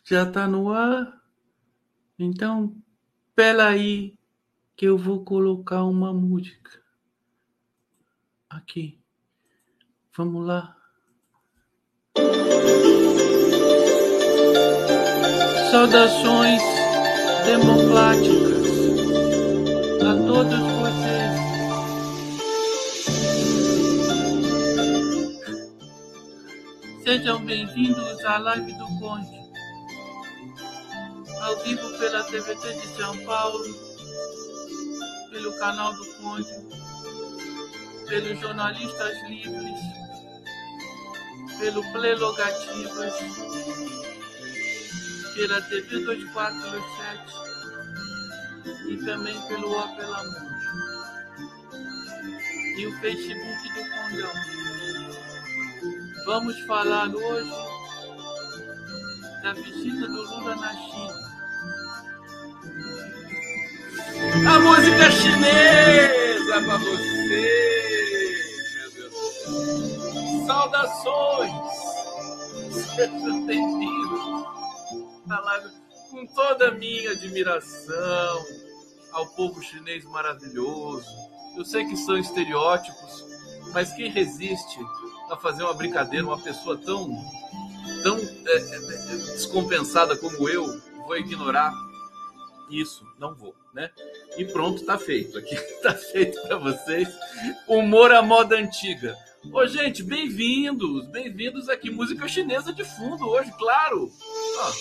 Já tá no ar? Então, pera aí que eu vou colocar uma música. Aqui. Vamos lá. Saudações democráticas a todos vocês. Sejam bem-vindos à live do Conde. Ao vivo pela TVT de São Paulo, pelo canal do Conde, pelos jornalistas livres, pelo Plelogativas, pela TV 247 e também pelo Opera Mundi. E o Facebook do Condão. Vamos falar hoje da visita do Lula na China. A música chinesa para você, meu Deus. Saudações! Sejam bem-vindos à live com toda a minha admiração ao povo chinês maravilhoso. Eu sei que são estereótipos, mas quem resiste a fazer uma brincadeira, uma pessoa tão descompensada como eu, vou ignorar isso, não vou, né? E pronto, tá feito. Aqui tá feito para vocês. Humor à moda antiga. Ô, gente, bem-vindos aqui. Música chinesa de fundo hoje, claro. Ó.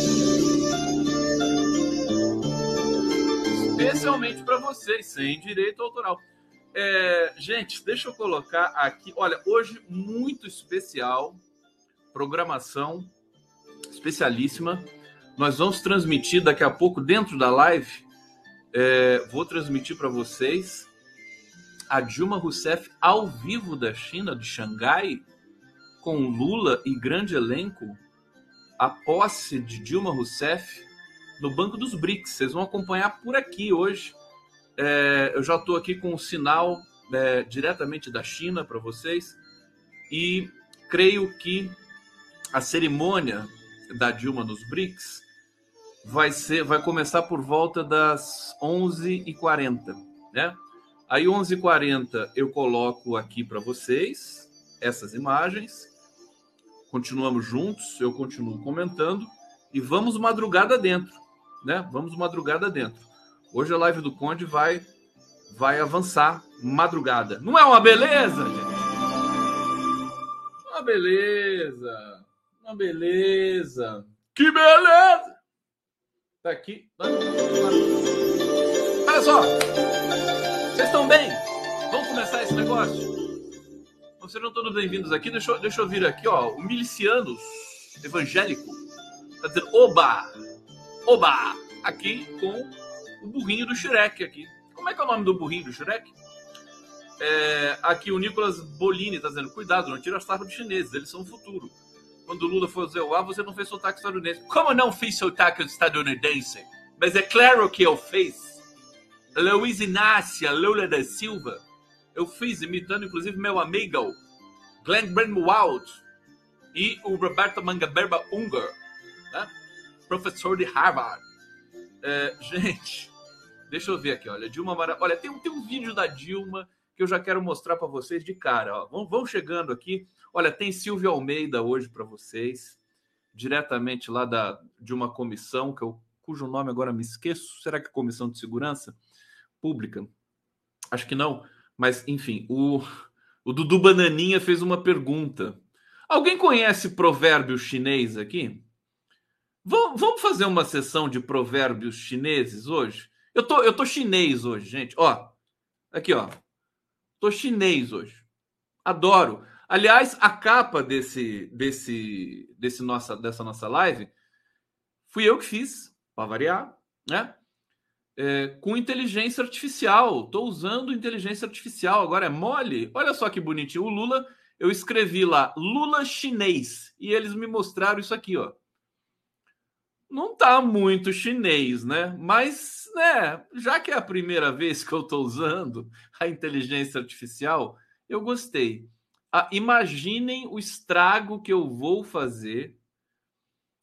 Especialmente para vocês, sem direito autoral. Gente, deixa eu colocar aqui. Olha, hoje muito especial, programação especialíssima. Nós vamos transmitir daqui a pouco dentro da live. Vou transmitir para vocês a Dilma Rousseff ao vivo da China, de Xangai, com Lula e grande elenco. A posse de Dilma Rousseff no Banco dos BRICS. Vocês vão acompanhar por aqui hoje. Eu já estou aqui com o sinal diretamente da China para vocês. E creio que a cerimônia da Dilma nos BRICS vai começar por volta das 11h40, né? Aí 11h40 eu coloco aqui para vocês essas imagens. Continuamos juntos, eu continuo comentando e vamos madrugada dentro, né? Vamos madrugada dentro. Hoje a live do Conde vai avançar madrugada. Não é uma beleza, gente? Uma beleza. Uma beleza. Que beleza! Tá aqui. Olha só. Vocês estão bem? Vamos começar esse negócio? Vocês não todos bem-vindos aqui? Deixa eu vir aqui, ó. O milicianos evangélico tá dizendo oba! Oba! Aqui com o burrinho do Shrek aqui. Como é que é o nome do burrinho do Shrek? Aqui o Nicolas Bolini tá dizendo, cuidado, não tira a sarro dos chineses, eles são o futuro. Quando o Lula for dizer o você não fez sotaque estadunidense. Como não fiz sotaque estadunidense? Mas é claro que eu fiz. Luiz Inácio Lula da Silva. Eu fiz, imitando inclusive meu amigo Glenn Greenwald e o Roberto Mangaberba Unger, né? Professor de Harvard. Gente, deixa eu ver aqui, olha, Dilma Maravilha. Olha, tem um vídeo da Dilma que eu já quero mostrar para vocês de cara. Ó. Vão chegando aqui. Olha, tem Silvia Almeida hoje para vocês, diretamente lá de uma comissão, cujo nome agora me esqueço. Será que é Comissão de Segurança Pública? Acho que não. Mas, enfim, o Dudu Bananinha fez uma pergunta. Alguém conhece provérbio chinês aqui? Vamos fazer uma sessão de provérbios chineses hoje? Eu tô chinês hoje, gente. Ó, aqui, ó. Tô chinês hoje. Adoro. Aliás, a capa dessa nossa live fui eu que fiz, para variar, né? Com inteligência artificial. Estou usando inteligência artificial. Agora é mole. Olha só que bonitinho. O Lula, eu escrevi lá, Lula chinês. E eles me mostraram isso aqui, ó. Não tá muito chinês, né? Mas, né, já que é a primeira vez que eu estou usando a inteligência artificial, eu gostei. Imaginem o estrago que eu vou fazer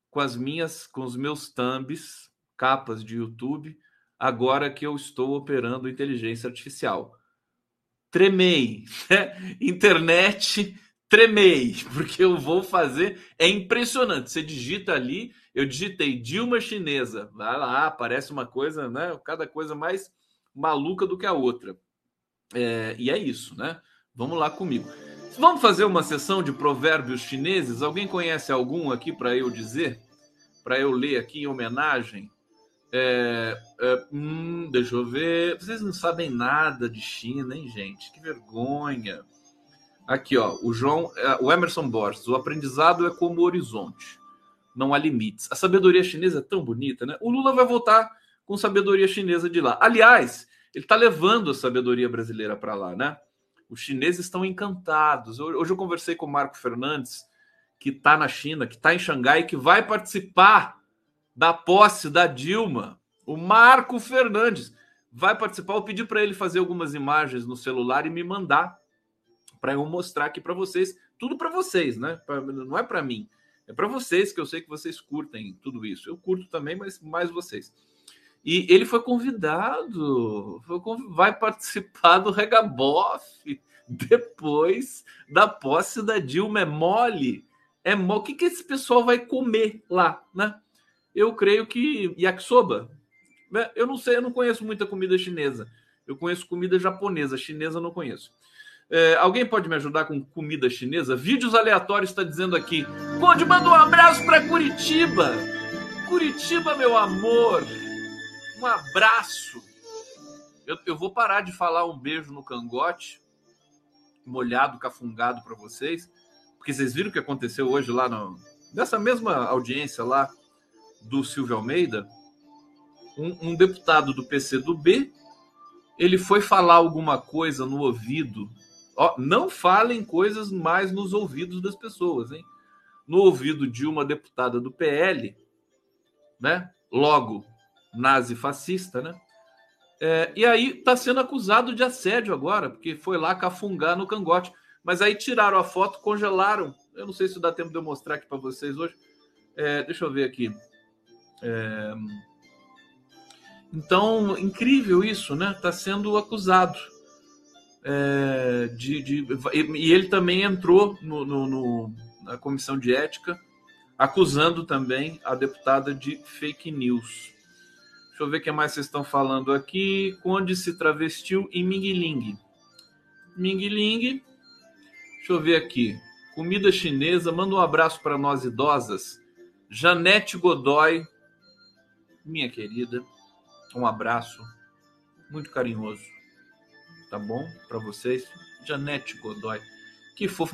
com os meus thumbs, capas de YouTube, agora que eu estou operando inteligência artificial. Tremei, né? Internet, tremei, porque eu vou fazer. É impressionante. Você digita ali, eu digitei Dilma chinesa, vai lá, aparece uma coisa, né? Cada coisa mais maluca do que a outra. E é isso, né? Vamos lá comigo. Vamos fazer uma sessão de provérbios chineses? Alguém conhece algum aqui para eu dizer? Para eu ler aqui em homenagem? Deixa eu ver. Vocês não sabem nada de China, hein, gente? Que vergonha. Aqui, ó, o Emerson Borges. O aprendizado é como o horizonte. Não há limites. A sabedoria chinesa é tão bonita, né? O Lula vai voltar com sabedoria chinesa de lá. Aliás, ele está levando a sabedoria brasileira para lá, né? Os chineses estão encantados. Hoje eu conversei com o Marco Fernandes, que está na China, que está em Xangai, que vai participar da posse da Dilma. O Marco Fernandes vai participar. Eu pedi para ele fazer algumas imagens no celular e me mandar para eu mostrar aqui para vocês. Tudo para vocês, né? Não é para mim. É para vocês, que eu sei que vocês curtem tudo isso. Eu curto também, mas mais vocês. E ele foi convidado, vai participar do Regabof depois da posse da Dilma. É mole. O que esse pessoal vai comer lá, né? Eu creio que yakisoba. Eu não sei, eu não conheço muita comida chinesa. Eu conheço comida japonesa, chinesa eu não conheço. Alguém pode me ajudar com comida chinesa? Vídeos aleatórios está dizendo aqui. Conde, manda um abraço para Curitiba. Curitiba, meu amor. Um abraço. Eu vou parar de falar um beijo no cangote, molhado, cafungado para vocês, porque vocês viram o que aconteceu hoje lá nessa mesma audiência lá do Silvio Almeida. Um deputado do PCdoB, ele foi falar alguma coisa no ouvido. Não falem coisas mais nos ouvidos das pessoas, hein? No ouvido de uma deputada do PL, né? Logo, nazi-fascista, né? E aí está sendo acusado de assédio agora, porque foi lá cafungar no cangote. Mas aí tiraram a foto, congelaram. Eu não sei se dá tempo de eu mostrar aqui para vocês hoje. Deixa eu ver aqui. Então, incrível isso, né? Está sendo acusado. E ele também entrou na comissão de ética, acusando também a deputada de fake news. Deixa eu ver o que mais vocês estão falando aqui. Conde se travestiu em Ming Ling. Ming Ling. Deixa eu ver aqui. Comida chinesa. Manda um abraço para nós idosas. Janete Godoy, minha querida. Um abraço muito carinhoso. Tá bom? Para vocês. Janete Godoy. Que fofa.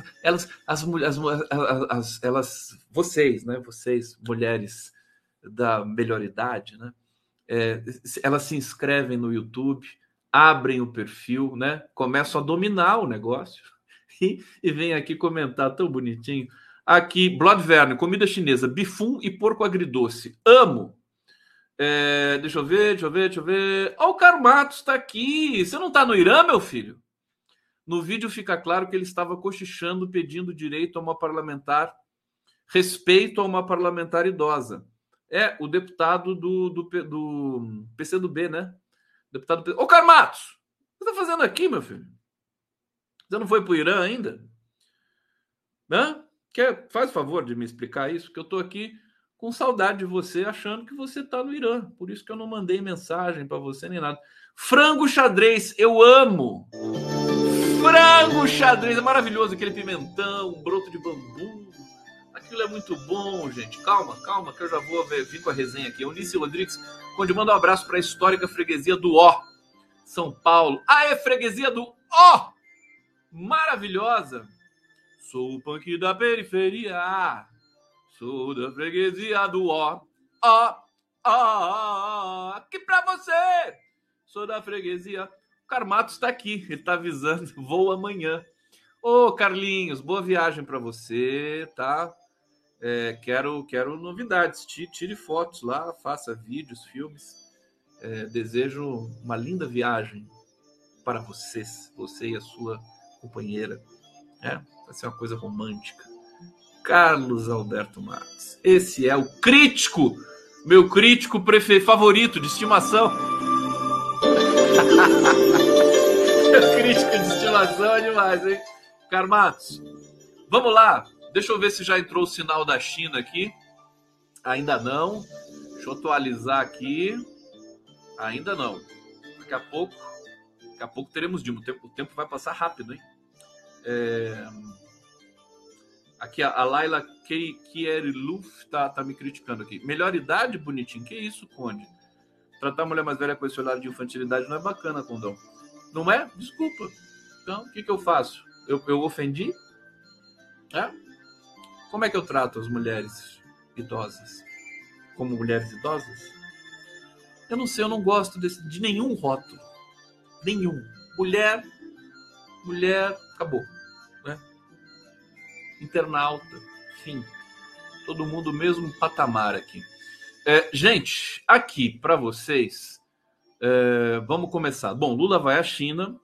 Vocês, né? Vocês, mulheres da melhor idade, né? Elas se inscrevem no YouTube, abrem o perfil, né? Começam a dominar o negócio e vem aqui comentar tão bonitinho. Aqui, Blood Verne, comida chinesa, bifum e porco agridoce. Amo. Deixa eu ver. Ó, o Carlos Matos está aqui. Você não está no Irã, meu filho? No vídeo fica claro que ele estava cochichando, pedindo direito a uma parlamentar, respeito a uma parlamentar idosa. O deputado do PCdoB, né? Deputado Ô, Carlos Matos! O que você tá fazendo aqui, meu filho? Você não foi pro Irã ainda? Né? Faz favor de me explicar isso, que eu tô aqui com saudade de você, achando que você tá no Irã. Por isso que eu não mandei mensagem para você nem nada. Frango xadrez, eu amo! Frango xadrez, é maravilhoso, aquele pimentão, broto de bambu. Aquilo é muito bom, gente. Calma, que eu já vou vir com a resenha aqui. Eunice Rodrigues, Conde, manda um abraço para a histórica freguesia do Ó, São Paulo. Freguesia do Ó! Maravilhosa! Sou o punk da periferia. Sou da freguesia do Ó. Aqui pra você! Sou da freguesia. O Carmato está aqui, ele está avisando. Vou amanhã. Ô, Carlinhos, boa viagem para você, tá? Quero novidades. Tire fotos lá, faça vídeos, filmes. Desejo uma linda viagem para você e a sua companheira. Vai ser uma coisa romântica. Carlos Alberto Marques. Esse é o crítico, meu crítico favorito de estimação. Meu crítico de estimação é demais, hein? Carmatos, vamos lá. Deixa eu ver se já entrou o sinal da China aqui. Ainda não. Deixa eu atualizar aqui. Ainda não. Daqui a pouco teremos Dilma. O tempo vai passar rápido, hein? Aqui a Laila Kieriluf tá me criticando aqui. Melhor idade, bonitinho? Que isso, Conde? Tratar a mulher mais velha com esse olhar de infantilidade não é bacana, Condão. Não é? Desculpa. Então, o que eu faço? Eu ofendi? É? Como é que eu trato as mulheres idosas? Como mulheres idosas? Eu não sei, eu não gosto de nenhum rótulo. Nenhum. Mulher, acabou. Né? Internauta, enfim. Todo mundo mesmo patamar aqui. Gente, aqui para vocês, vamos começar. Bom, Lula vai à China.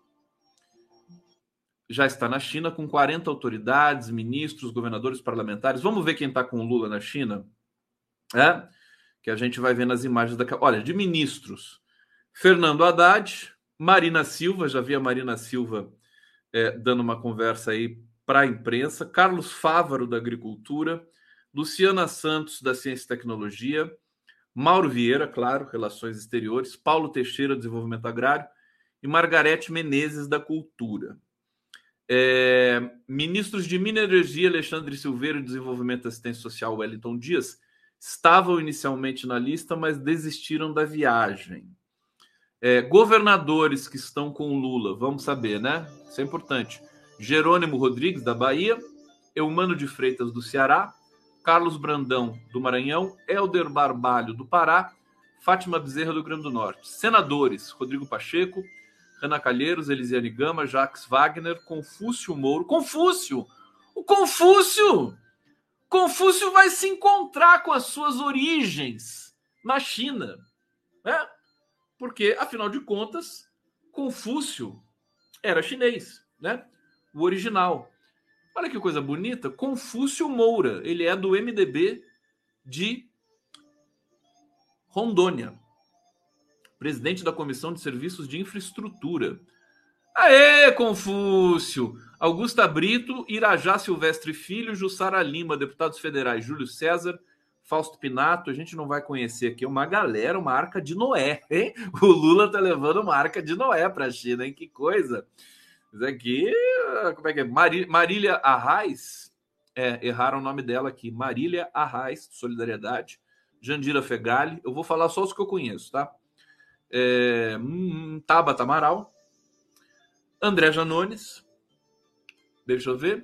Já está na China com 40 autoridades, ministros, governadores, parlamentares. Vamos ver quem está com o Lula na China? Que a gente vai ver nas imagens daqui. Olha, de ministros, Fernando Haddad, Marina Silva, já vi a Marina Silva dando uma conversa aí para a imprensa, Carlos Fávaro, da Agricultura, Luciana Santos, da Ciência e Tecnologia, Mauro Vieira, claro, Relações Exteriores, Paulo Teixeira, Desenvolvimento Agrário, e Margarete Menezes, da Cultura. Ministros de Minas e Energia, Alexandre Silveira, e Desenvolvimento e Assistência Social, Wellington Dias, estavam inicialmente na lista, mas desistiram da viagem. Governadores que estão com o Lula, vamos saber, né? Isso é importante. Jerônimo Rodrigues, da Bahia, Eumano de Freitas, do Ceará, Carlos Brandão, do Maranhão, Helder Barbalho, do Pará, Fátima Bezerra, do Rio Grande do Norte. Senadores, Rodrigo Pacheco, Ana Calheiros, Elisiane Gama, Jacques Wagner, Confúcio Mouro. Confúcio! O Confúcio! Confúcio vai se encontrar com as suas origens na China. Né? Porque, afinal de contas, Confúcio era chinês, né? O original. Olha que coisa bonita. Confúcio Moura. Ele é do MDB de Rondônia. Presidente da Comissão de Serviços de Infraestrutura. Aê, Confúcio! Augusta Brito, Irajá Silvestre Filho, Jussara Lima, deputados federais Júlio César, Fausto Pinato. A gente não vai conhecer aqui uma galera, uma arca de Noé, hein? O Lula tá levando uma arca de Noé para a China, hein? Que coisa! Isso aqui, como é que é? Marília Arraes, erraram o nome dela aqui. Marília Arraes, Solidariedade. Jandira Fegali. Eu vou falar só os que eu conheço, tá? Tabata Amaral, André Janones, deixa eu ver,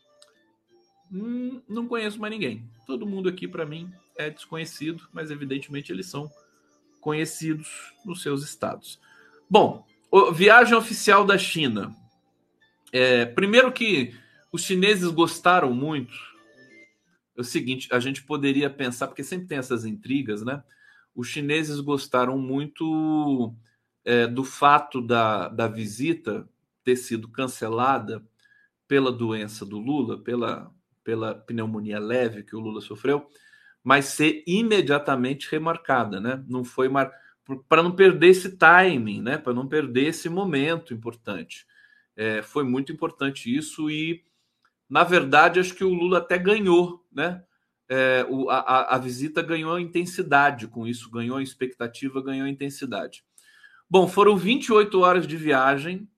não conheço mais ninguém. Todo mundo aqui para mim é desconhecido, mas evidentemente eles são conhecidos nos seus estados. Bom, viagem oficial da China. Primeiro que os chineses gostaram muito. É o seguinte, a gente poderia pensar, porque sempre tem essas intrigas, né? Os chineses gostaram muito do fato da visita ter sido cancelada pela doença do Lula, pela pneumonia leve que o Lula sofreu, mas ser imediatamente remarcada, né? Não foi para não perder esse timing, né? Para não perder esse momento importante. Foi muito importante isso e, na verdade, acho que o Lula até ganhou, né? A visita ganhou intensidade com isso, ganhou expectativa, ganhou intensidade. Bom, foram 28 horas de viagem.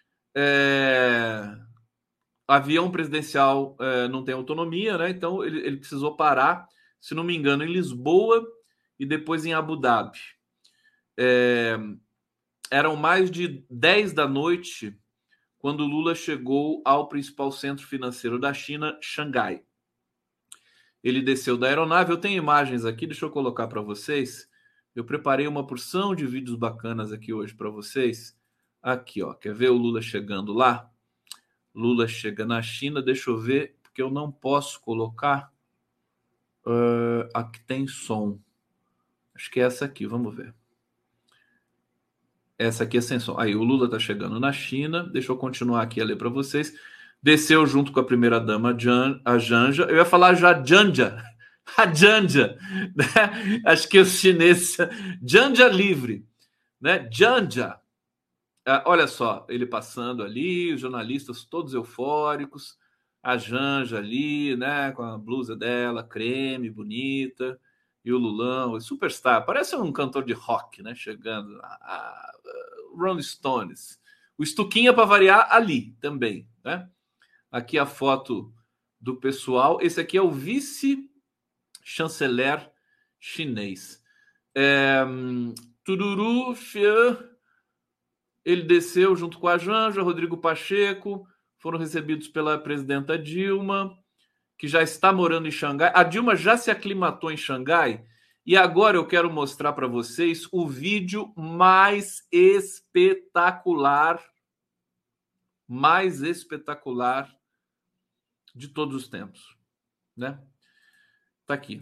Avião presidencial não tem autonomia, né? Então ele precisou parar, se não me engano, em Lisboa e depois em Abu Dhabi. Eram mais de 10 da noite quando o Lula chegou ao principal centro financeiro da China, Xangai. Ele desceu da aeronave. Eu tenho imagens aqui, deixa eu colocar para vocês. Eu preparei uma porção de vídeos bacanas aqui hoje para vocês. Aqui, ó. Quer ver o Lula chegando lá? Lula chega na China. Deixa eu ver, porque eu não posso colocar. Aqui tem som. Acho que é essa aqui, vamos ver. Essa aqui é sem som. Aí, o Lula está chegando na China. Deixa eu continuar aqui a ler para vocês. desceu junto com a primeira-dama, a Janja. Eu ia falar já Janja, a Janja, né? Acho que os chineses... Janja livre, né? Janja. Olha só, ele passando ali, os jornalistas todos eufóricos, a Janja ali, né, com a blusa dela, creme, bonita, e o Lulão, o superstar, parece um cantor de rock, né, chegando, a Rolling Stones. O Stuquinha, para variar, ali também, né? Aqui a foto do pessoal. Esse aqui é o vice-chanceler chinês. Tururu, ele desceu junto com a Janja, Rodrigo Pacheco, foram recebidos pela presidenta Dilma, que já está morando em Xangai. A Dilma já se aclimatou em Xangai, e agora eu quero mostrar para vocês o vídeo mais espetacular de todos os tempos, né? Tá aqui.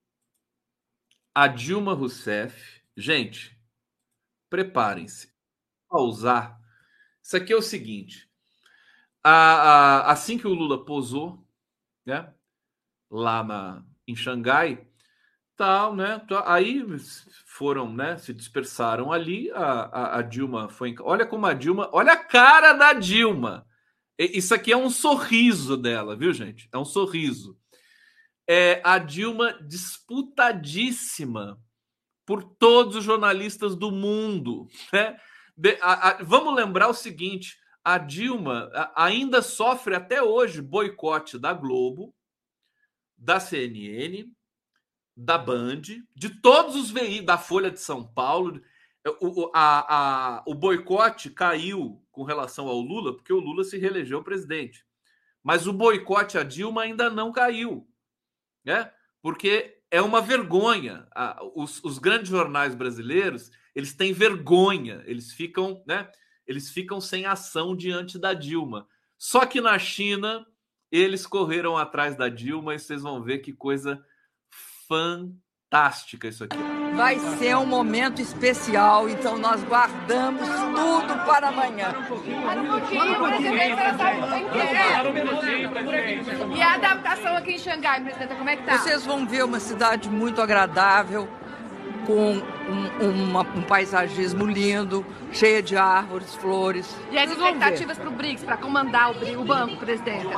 A Dilma Rousseff. Gente, preparem-se. Pausar. Isso aqui é o seguinte. Assim que o Lula posou, né, lá em Xangai, tal, né? Aí foram, né? Se dispersaram ali. A Dilma foi. Olha como a Dilma. Olha a cara da Dilma. Isso aqui é um sorriso dela, viu, gente? É um sorriso. A Dilma disputadíssima por todos os jornalistas do mundo, né? Vamos lembrar o seguinte: a Dilma ainda sofre até hoje boicote da Globo, da CNN, da Band, de todos os veículos, da Folha de São Paulo. O boicote caiu com relação ao Lula, porque o Lula se reelegeu presidente. Mas o boicote à Dilma ainda não caiu, né? Porque é uma vergonha. Os grandes jornais brasileiros, eles têm vergonha, eles ficam, né? Eles ficam sem ação diante da Dilma. Só que na China, eles correram atrás da Dilma e vocês vão ver que coisa fantástica isso aqui. Vai ser um momento especial, então nós guardamos tudo para amanhã. E a adaptação aqui em Xangai, presidenta, como é que tá? Vocês vão ver uma cidade muito agradável, com um paisagismo lindo, cheia de árvores, flores. E as expectativas para o BRICS, para comandar o banco, presidenta?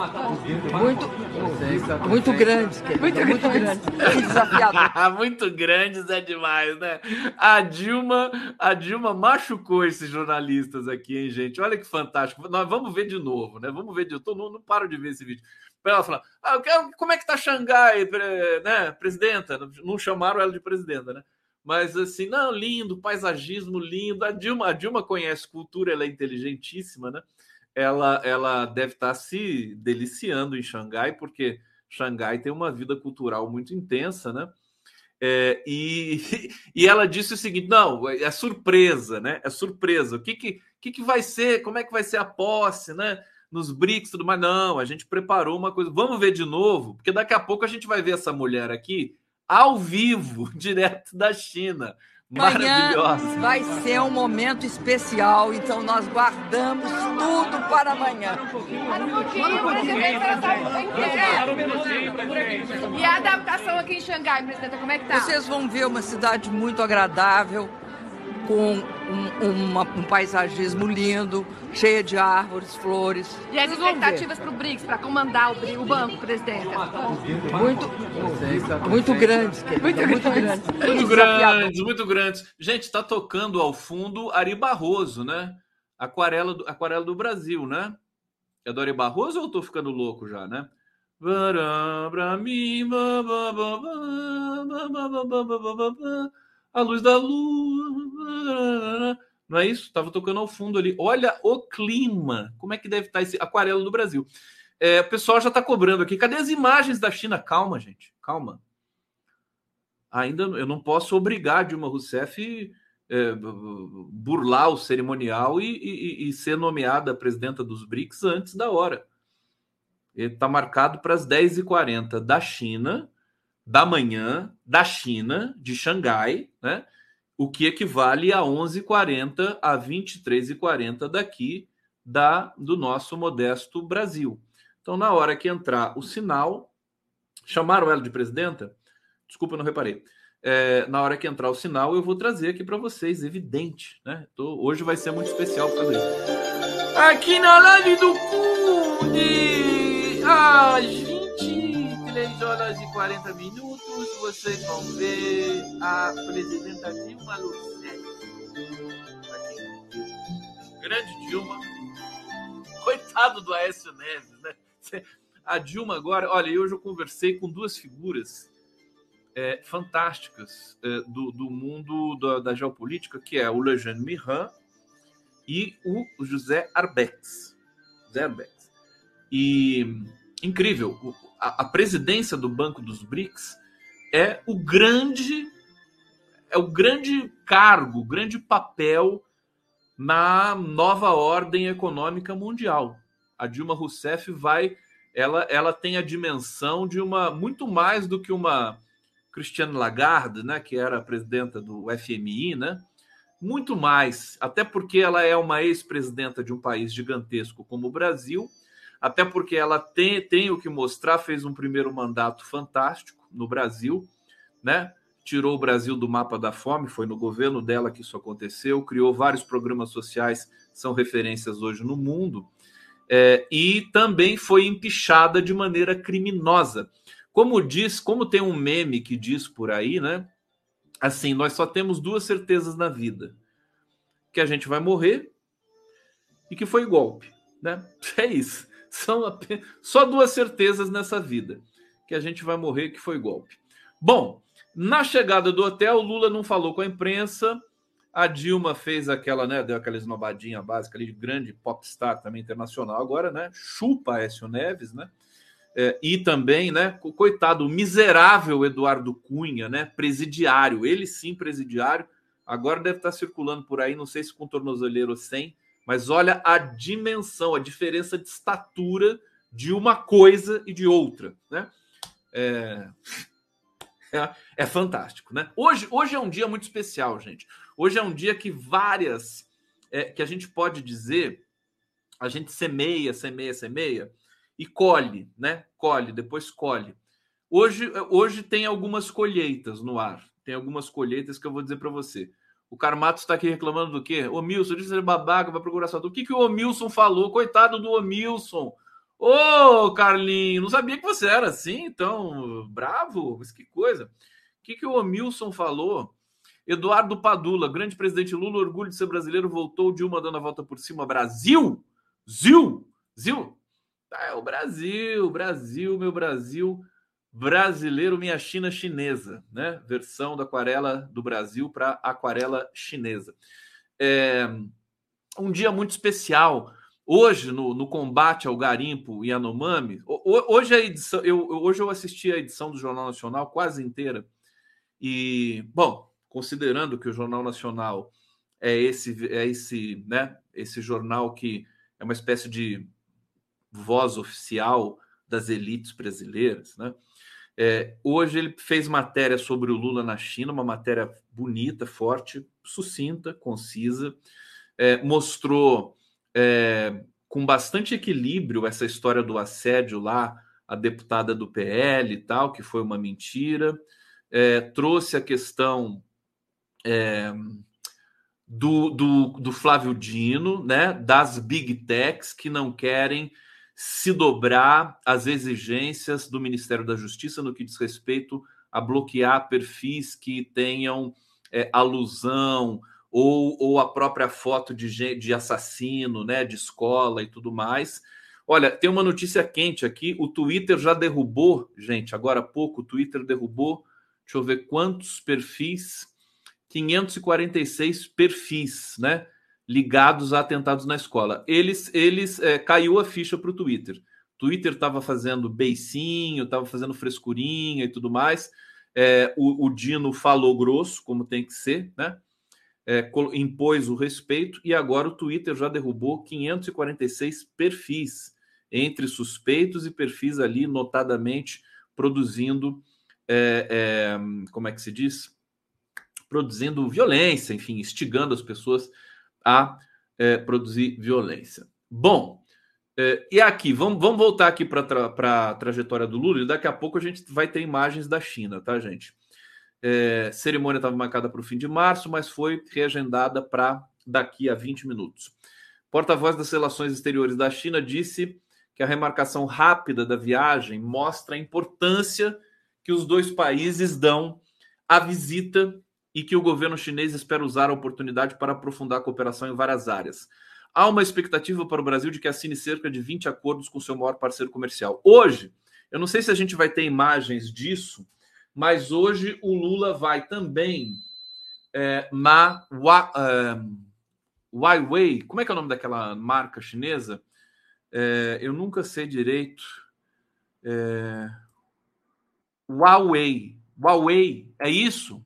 Muito grandes, querida, muito grandes. E desafiador. Muito grandes é demais, né? A Dilma machucou esses jornalistas aqui, hein, gente? Olha que fantástico. Nós vamos ver de novo, né? Vamos ver de novo. Não paro de ver esse vídeo. Ela fala, como é que tá Xangai, né, presidenta? Não chamaram ela de presidenta, né? Mas assim, não, lindo, paisagismo lindo. A Dilma conhece cultura, ela é inteligentíssima, né? Ela deve estar se deliciando em Xangai, porque Xangai tem uma vida cultural muito intensa, né? E ela disse o seguinte: não, é surpresa, né? É surpresa. O que vai ser? Como é que vai ser a posse, né? Nos BRICS, tudo mais. Não, a gente preparou uma coisa. Vamos ver de novo, porque daqui a pouco a gente vai ver essa mulher aqui ao vivo, direto da China. Maravilhosa. Amanhã vai ser um momento especial, então nós guardamos tudo para amanhã. E a adaptação aqui em Xangai, presidenta, como é que tá? Vocês vão ver uma cidade muito agradável, com um paisagismo lindo, cheia de árvores, flores. E as expectativas para o BRICS, para comandar o banco, presidenta? Muito grandes, querida, muito grandes. Gente, está tocando ao fundo Ari Barroso, né? Aquarela do Brasil, né? É do Ari Barroso ou eu tô ficando louco já, né? A luz da lua. Não é isso? Tava tocando ao fundo ali. Olha o clima. Como é que deve estar esse Aquarela do Brasil? O pessoal já está cobrando aqui. Cadê as imagens da China? Calma, gente. Calma. Ainda eu não posso obrigar a Dilma Rousseff burlar o cerimonial e ser nomeada presidenta dos BRICS antes da hora. Ele está marcado para as 10h40 da China, da manhã, da China, de Xangai, né? O que equivale a 11h40 a 23h40 daqui do nosso modesto Brasil. Então, na hora que entrar o sinal, chamaram ela de presidenta? Desculpa, eu não reparei. Na hora que entrar o sinal, eu vou trazer aqui para vocês, evidente, né? Hoje vai ser muito especial para fazer isso. Aqui na live do Conde, às 23 horas e 40 minutos, vocês vão ver a presidenta Dilma Rousseff. Aqui. Grande Dilma. Coitado do Aécio Neves, né? A Dilma agora... Olha, hoje eu conversei com duas figuras fantásticas do mundo da geopolítica, que é o Eugène Mirand e o José Arbex. E incrível, a presidência do Banco dos BRICS é o grande cargo, o grande papel na nova ordem econômica mundial. A Dilma Rousseff ela tem a dimensão de muito mais do que uma Christine Lagarde, né, que era a presidenta do FMI, né? Muito mais, até porque ela é uma ex-presidenta de um país gigantesco como o Brasil, até porque ela tem o que mostrar, fez um primeiro mandato fantástico no Brasil, né? Tirou o Brasil do mapa da fome, foi no governo dela que isso aconteceu, criou vários programas sociais que são referências hoje no mundo, e também foi empichada de maneira criminosa. Como tem um meme que diz por aí, né? Assim, nós só temos duas certezas na vida: que a gente vai morrer e que foi golpe, né? É isso. São só duas certezas nessa vida: que a gente vai morrer e que foi golpe. Bom, na chegada do hotel, Lula não falou com a imprensa, a Dilma fez aquela, né? Deu aquela esnobadinha básica ali de grande popstar também internacional agora, né? Chupa Aécio Neves, né? E também, né, coitado, o miserável Eduardo Cunha, né, presidiário, ele sim presidiário, agora deve estar circulando por aí, não sei se com tornozeleiro ou sem, mas olha a dimensão, a diferença de estatura de uma coisa e de outra, né? É fantástico, né? Hoje é um dia muito especial, gente. Hoje é um dia que que a gente pode dizer, a gente semeia e colhe, né? Depois colhe. Hoje tem algumas colheitas no ar. Tem algumas colheitas que eu vou dizer para você. O Carmatos está aqui reclamando do quê? O Milson disse que ele é babaca, vai procurar só. Do que o Omilson falou? Coitado do Omilson. Ô, Carlinho, não sabia que você era assim, tão bravo? Mas que coisa. O que o Omilson falou? Eduardo Padula, grande presidente Lula, orgulho de ser brasileiro, voltou, Dilma dando a volta por cima. Brasil! Zil! É o Brasil, meu Brasil brasileiro, minha China chinesa, né? Versão da aquarela do Brasil para aquarela chinesa. Um dia muito especial. Hoje, no combate ao garimpo Yanomami, hoje eu assisti a edição do Jornal Nacional quase inteira. E, bom, considerando que o Jornal Nacional é esse, né? Esse jornal que é uma espécie de voz oficial das elites brasileiras, né? Hoje ele fez matéria sobre o Lula na China, uma matéria bonita, forte, sucinta, concisa, mostrou com bastante equilíbrio essa história do assédio lá, a deputada do PL e tal, que foi uma mentira, trouxe a questão do Flávio Dino, né, das Big Techs que não querem se dobrar às exigências do Ministério da Justiça no que diz respeito a bloquear perfis que tenham alusão ou a própria foto de assassino, né, de escola e tudo mais. Olha, tem uma notícia quente aqui, o Twitter já derrubou, gente, agora há pouco o Twitter derrubou, deixa eu ver quantos perfis, 546 perfis, né, ligados a atentados na escola. Caiu a ficha para o Twitter. Twitter estava fazendo beicinho, estava fazendo frescurinha e tudo mais. O Dino falou grosso, como tem que ser, né? Impôs o respeito e agora o Twitter já derrubou 546 perfis, entre suspeitos e perfis ali notadamente produzindo, como é que se diz? Produzindo violência, enfim, instigando as pessoas a produzir violência. Bom, E aqui, vamos voltar aqui para a trajetória do Lula, e daqui a pouco a gente vai ter imagens da China, tá, gente? Cerimônia estava marcada para o fim de março, mas foi reagendada para daqui a 20 minutos. Porta-voz das Relações Exteriores da China disse que a remarcação rápida da viagem mostra a importância que os dois países dão à visita e que o governo chinês espera usar a oportunidade para aprofundar a cooperação em várias áreas. Há uma expectativa para o Brasil de que assine cerca de 20 acordos com seu maior parceiro comercial. Hoje, eu não sei se a gente vai ter imagens disso, mas hoje o Lula vai também na Huawei. Como é que é o nome daquela marca chinesa? Eu nunca sei direito. Huawei, é isso?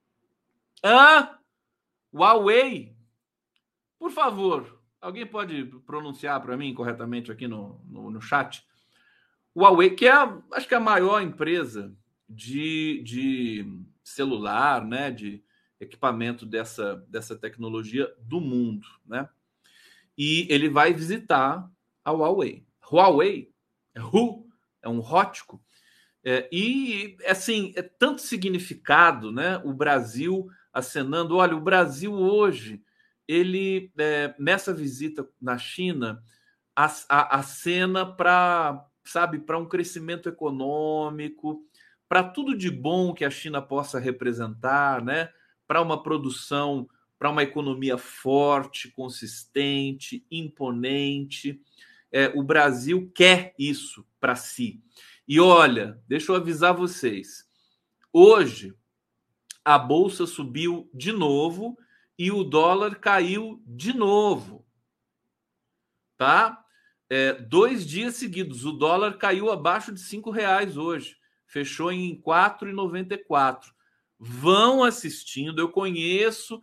Huawei? Por favor, alguém pode pronunciar para mim corretamente aqui no chat? Huawei, que acho que é a maior empresa de celular, né, de equipamento dessa tecnologia do mundo, né? E ele vai visitar a Huawei. Huawei é um rótico. E, assim, é tanto significado, né? O Brasil acenando. Olha, o Brasil hoje, ele, nessa visita na China, acena para, sabe, para um crescimento econômico, para tudo de bom que a China possa representar, né? Para uma produção, para uma economia forte, consistente, imponente. O Brasil quer isso para si. E olha, deixa eu avisar vocês. Hoje, a Bolsa subiu de novo e o dólar caiu de novo. Tá? 2 dias seguidos. O dólar caiu abaixo de R$ 5 hoje. Fechou em R$ 4,94. Vão assistindo. Eu conheço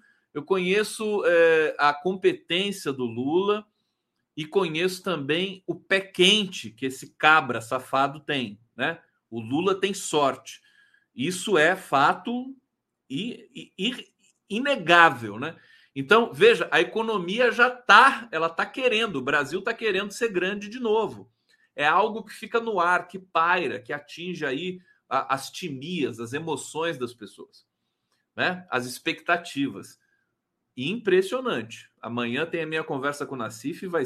a competência do Lula e conheço também o pé quente que esse cabra safado tem, né? O Lula tem sorte. Isso é fato inegável, né? Então, veja, a economia ela está querendo, o Brasil está querendo ser grande de novo. É algo que fica no ar, que paira, que atinge aí as timias, as emoções das pessoas, né? As expectativas. Impressionante. Amanhã tem a minha conversa com o Nassif e vai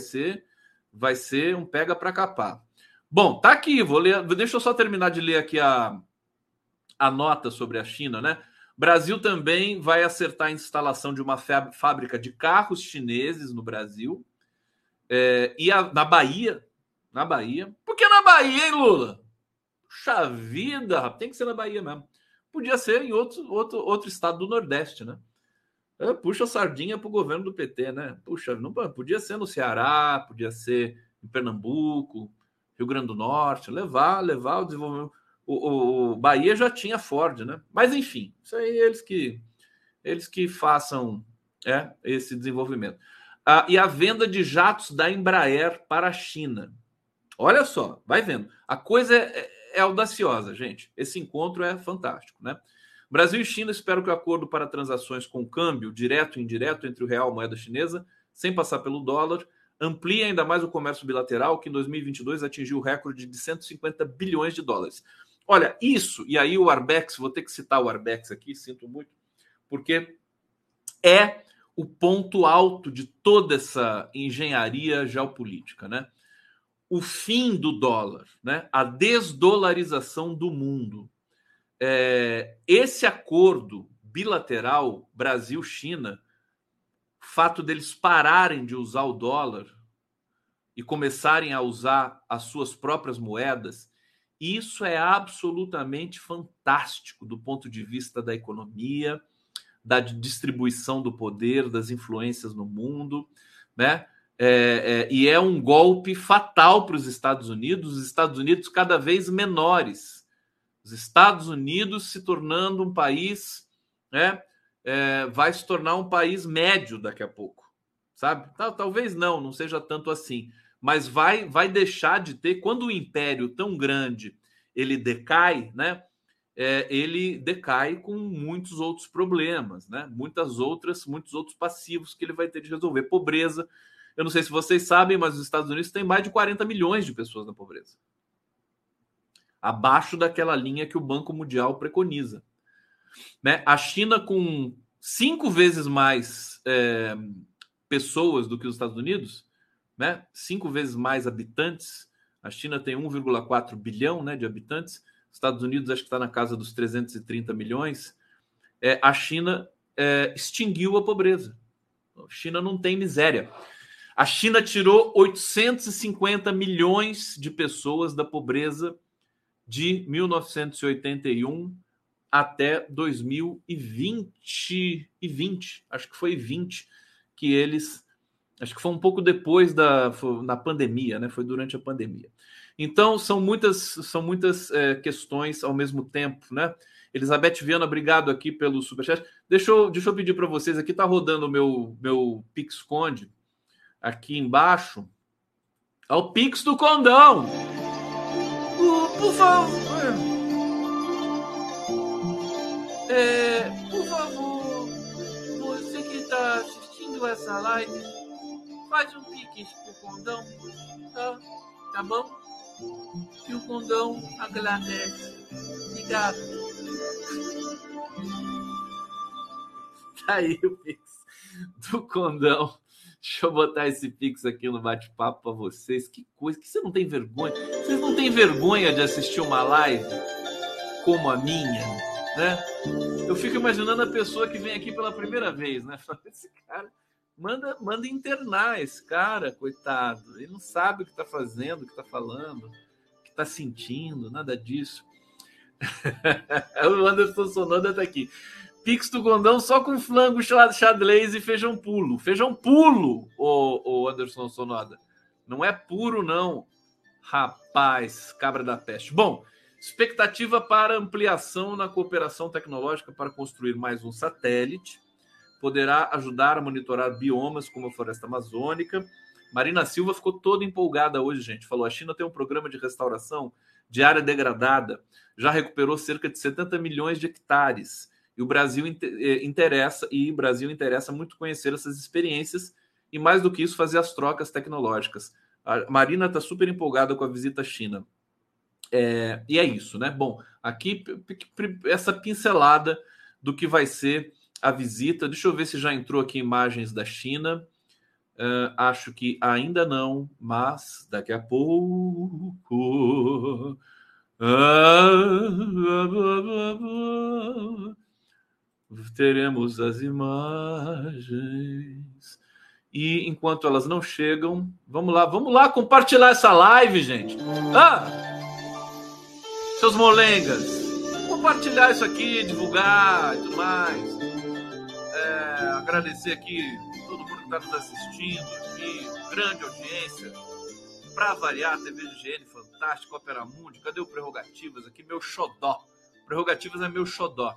ser um pega para capar. Bom, tá aqui, vou ler, deixa eu só terminar de ler aqui a nota sobre a China, né? Brasil também vai acertar a instalação de uma fábrica de carros chineses no Brasil. Na Bahia. Por que na Bahia, hein, Lula? Puxa vida, tem que ser na Bahia mesmo. Podia ser em outro estado do Nordeste, né? Puxa a sardinha pro governo do PT, né? Puxa, não podia ser no Ceará, podia ser em Pernambuco, Rio Grande do Norte, levar o desenvolvimento. O Bahia já tinha Ford, né? Mas enfim, isso aí eles que façam esse desenvolvimento. E a venda de jatos da Embraer para a China. Olha só, vai vendo. A coisa é audaciosa, gente. Esse encontro é fantástico, né? Brasil e China esperam que o acordo para transações com câmbio direto e indireto entre o real e a moeda chinesa, sem passar pelo dólar, amplie ainda mais o comércio bilateral, que em 2022 atingiu o recorde de 150 bilhões de dólares. Olha, isso, e aí o Arbex, vou ter que citar o Arbex aqui, sinto muito, porque é o ponto alto de toda essa engenharia geopolítica, né? O fim do dólar, né? A desdolarização do mundo. Esse acordo bilateral Brasil-China, o fato deles pararem de usar o dólar e começarem a usar as suas próprias moedas, isso é absolutamente fantástico do ponto de vista da economia, da distribuição do poder, das influências no mundo, né? E é um golpe fatal para os Estados Unidos cada vez menores. Os Estados Unidos se tornando um país, né, vai se tornar um país médio daqui a pouco, sabe? Talvez não seja tanto assim, mas vai deixar de ter, quando o império tão grande ele decai, né? Ele decai com muitos outros problemas, né? Muitos outros passivos que ele vai ter de resolver, pobreza. Eu não sei se vocês sabem, mas os Estados Unidos têm mais de 40 milhões de pessoas na pobreza. Abaixo daquela linha que o Banco Mundial preconiza. Né? A China, com 5 vezes mais pessoas do que os Estados Unidos, né? 5 vezes mais habitantes. A China tem 1,4 bilhão, né, de habitantes. Os Estados Unidos acho que está na casa dos 330 milhões. A China extinguiu a pobreza. A China não tem miséria. A China tirou 850 milhões de pessoas da pobreza de 1981 até 2020. Acho que foi 20 que eles... Acho que foi um pouco depois na pandemia, né? Foi durante a pandemia. Então, são muitas questões ao mesmo tempo, né? Elizabeth Viana, obrigado aqui pelo superchat. Deixa eu pedir para vocês aqui, tá rodando o meu Pix Conde aqui embaixo. Ao Pix do Condão. Por favor. Por favor, você que está assistindo essa live, faz um Pix pro Condão, tá bom? Que o Condão agradece. Obrigado. Tá aí o Pix do Condão. Deixa eu botar esse Pix aqui no bate-papo para vocês. Que coisa, que você não tem vergonha? Vocês não têm vergonha de assistir uma live como a minha, né? Eu fico imaginando a pessoa que vem aqui pela primeira vez, né? Esse cara... Manda internar esse cara, coitado. Ele não sabe o que está fazendo, o que está falando, o que está sentindo, nada disso. O Anderson Sonoda está aqui. Pix do Gondão só com flango, xadrez e feijão pulo. Feijão pulo, o Anderson Sonoda. Não é puro, não. Rapaz, cabra da peste. Bom, expectativa para ampliação na cooperação tecnológica para construir mais um satélite. Poderá ajudar a monitorar biomas como a floresta amazônica. Marina Silva ficou toda empolgada hoje, gente. Falou, a China tem um programa de restauração de área degradada, já recuperou cerca de 70 milhões de hectares. E o Brasil interessa muito conhecer essas experiências e, mais do que isso, fazer as trocas tecnológicas. A Marina está super empolgada com a visita à China. E é isso, né? Bom, aqui essa pincelada do que vai ser a visita. Deixa eu ver se já entrou aqui imagens da China. Acho que ainda não, mas daqui a pouco teremos as imagens. E enquanto elas não chegam, vamos lá compartilhar essa live, gente. Seus molengas, compartilhar isso aqui, divulgar e tudo mais. Agradecer aqui todo mundo que está nos assistindo aqui, grande audiência. Para variar, TV GN, fantástico, Opera Mundi. Cadê o Prerrogativas aqui? Meu xodó. Prerrogativas é meu xodó.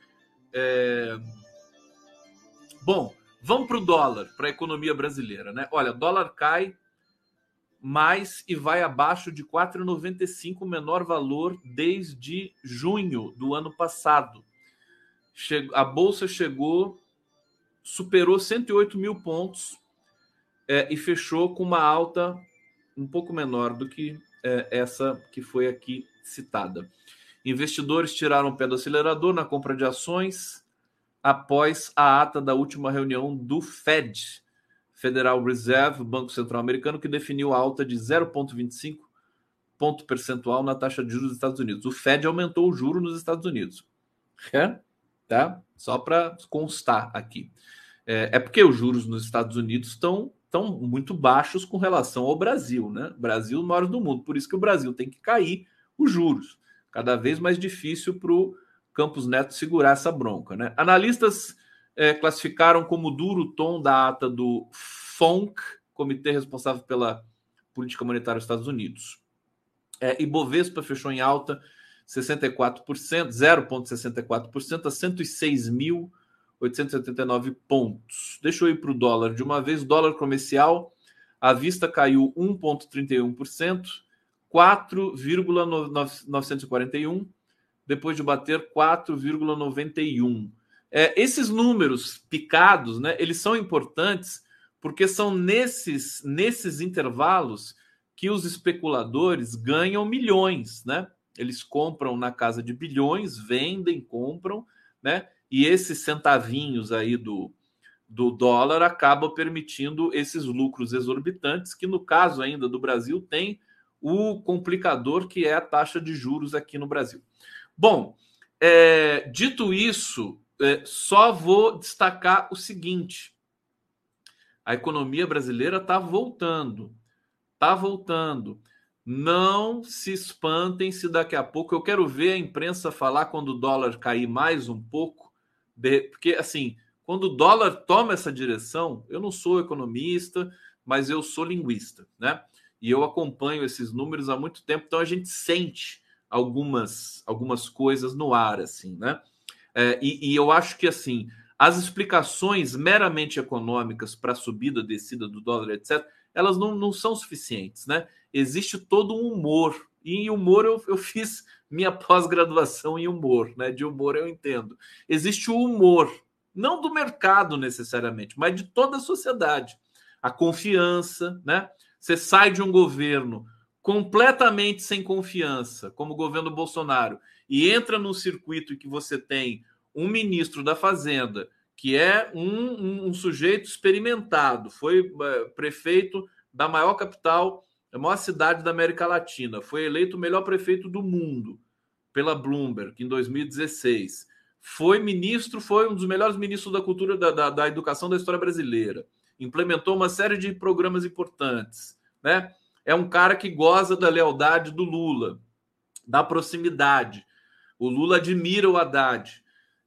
Bom, vamos para o dólar, para a economia brasileira, né? Olha, dólar cai mais e vai abaixo de 4,95, o menor valor desde junho do ano passado. A Bolsa superou 108 mil pontos e fechou com uma alta um pouco menor do que essa que foi aqui citada. Investidores tiraram o pé do acelerador na compra de ações após a ata da última reunião do Fed, Federal Reserve, Banco Central Americano, que definiu a alta de 0,25 ponto percentual na taxa de juros dos Estados Unidos. O Fed aumentou o juro nos Estados Unidos. Tá? Só para constar aqui. Porque os juros nos Estados Unidos estão muito baixos com relação ao Brasil, né? Brasil, o maior do mundo. Por isso que o Brasil tem que cair os juros. Cada vez mais difícil para o Campos Neto segurar essa bronca, né? Analistas classificaram como duro o tom da ata do FONC, Comitê Responsável pela Política Monetária dos Estados Unidos. Ibovespa fechou em alta 64%, 0,64% a 106.889 pontos. Deixa eu ir para o dólar de uma vez. Dólar comercial, à vista caiu 1,31%, 4,941, depois de bater 4,91. Esses números picados, né, eles são importantes porque são nesses intervalos que os especuladores ganham milhões, né? Eles compram na casa de bilhões, vendem, compram, né? E esses centavinhos aí do dólar acabam permitindo esses lucros exorbitantes, que no caso ainda do Brasil tem o complicador que é a taxa de juros aqui no Brasil. Bom, dito isso, só vou destacar o seguinte: a economia brasileira está voltando. Está voltando. Não se espantem se daqui a pouco... Eu quero ver a imprensa falar quando o dólar cair mais um pouco. Porque, assim, quando o dólar toma essa direção... Eu não sou economista, mas eu sou linguista, né? E eu acompanho esses números há muito tempo, então a gente sente algumas coisas no ar, assim, né? E eu acho que, assim, as explicações meramente econômicas para a subida, descida do dólar, etc., elas não são suficientes, né? Existe todo um humor. E em humor eu fiz minha pós-graduação em humor, né? De humor eu entendo. Existe o humor, não do mercado necessariamente, mas de toda a sociedade. A confiança, né? Você sai de um governo completamente sem confiança, como o governo Bolsonaro, e entra num circuito em que você tem um ministro da Fazenda que é um sujeito experimentado, foi prefeito da maior capital, a maior cidade da América Latina, foi eleito o melhor prefeito do mundo pela Bloomberg em 2016, foi um dos melhores ministros da cultura, da educação da história brasileira, implementou uma série de programas importantes, né? É um cara que goza da lealdade do Lula, da proximidade. O Lula admira o Haddad.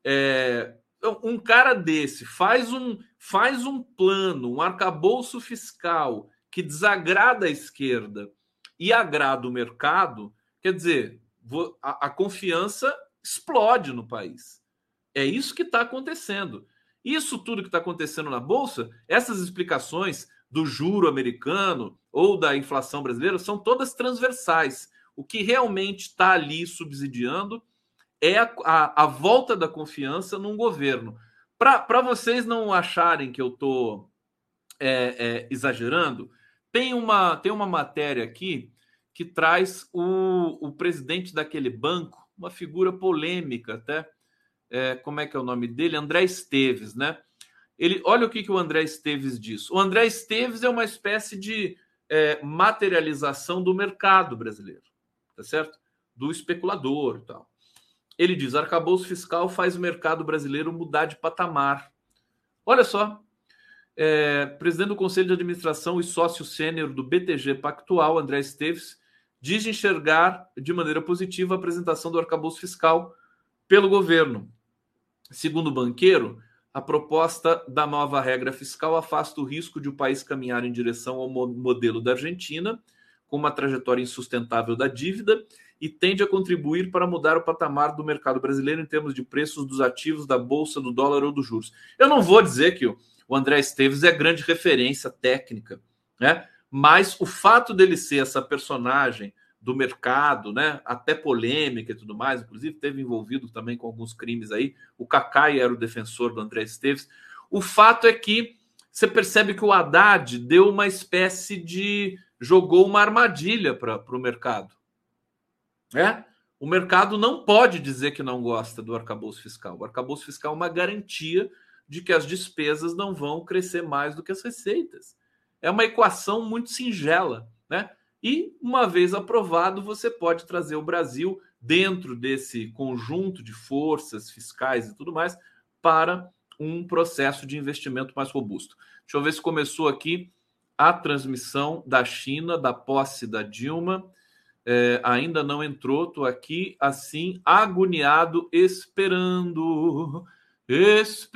Um cara desse faz um plano, um arcabouço fiscal que desagrada a esquerda e agrada o mercado, quer dizer, a confiança explode no país. É isso que está acontecendo. Isso tudo que está acontecendo na Bolsa, essas explicações do juro americano ou da inflação brasileira são todas transversais. O que realmente está ali subsidiando é a volta da confiança num governo. Para vocês não acharem que eu estou exagerando, tem uma matéria aqui que traz o presidente daquele banco, uma figura polêmica até, como é que é o nome dele? André Esteves, né? Olha o que o André Esteves diz. O André Esteves é uma espécie de materialização do mercado brasileiro, tá certo? Do especulador e tal. Ele diz: arcabouço fiscal faz o mercado brasileiro mudar de patamar. Olha só, presidente do Conselho de Administração e sócio sênior do BTG Pactual, André Esteves, diz enxergar de maneira positiva a apresentação do arcabouço fiscal pelo governo. Segundo o banqueiro, a proposta da nova regra fiscal afasta o risco de o país caminhar em direção ao modelo da Argentina, com uma trajetória insustentável da dívida, e tende a contribuir para mudar o patamar do mercado brasileiro em termos de preços dos ativos da Bolsa, do dólar ou dos juros. Eu não vou dizer que o André Esteves é grande referência técnica, né? Mas o fato dele ser essa personagem do mercado, né, até polêmica e tudo mais, inclusive teve envolvido também com alguns crimes aí, o Cacai era o defensor do André Esteves. O fato é que você percebe que o Haddad deu uma espécie de... jogou uma armadilha para o mercado. O mercado não pode dizer que não gosta do arcabouço fiscal. O arcabouço fiscal é uma garantia de que as despesas não vão crescer mais do que as receitas. É uma equação muito singela, né? E, uma vez aprovado, você pode trazer o Brasil dentro desse conjunto de forças fiscais e tudo mais para um processo de investimento mais robusto. Deixa eu ver se começou aqui a transmissão da China, da posse da Dilma. Ainda não entrou, estou aqui assim, agoniado, esperando. Deixa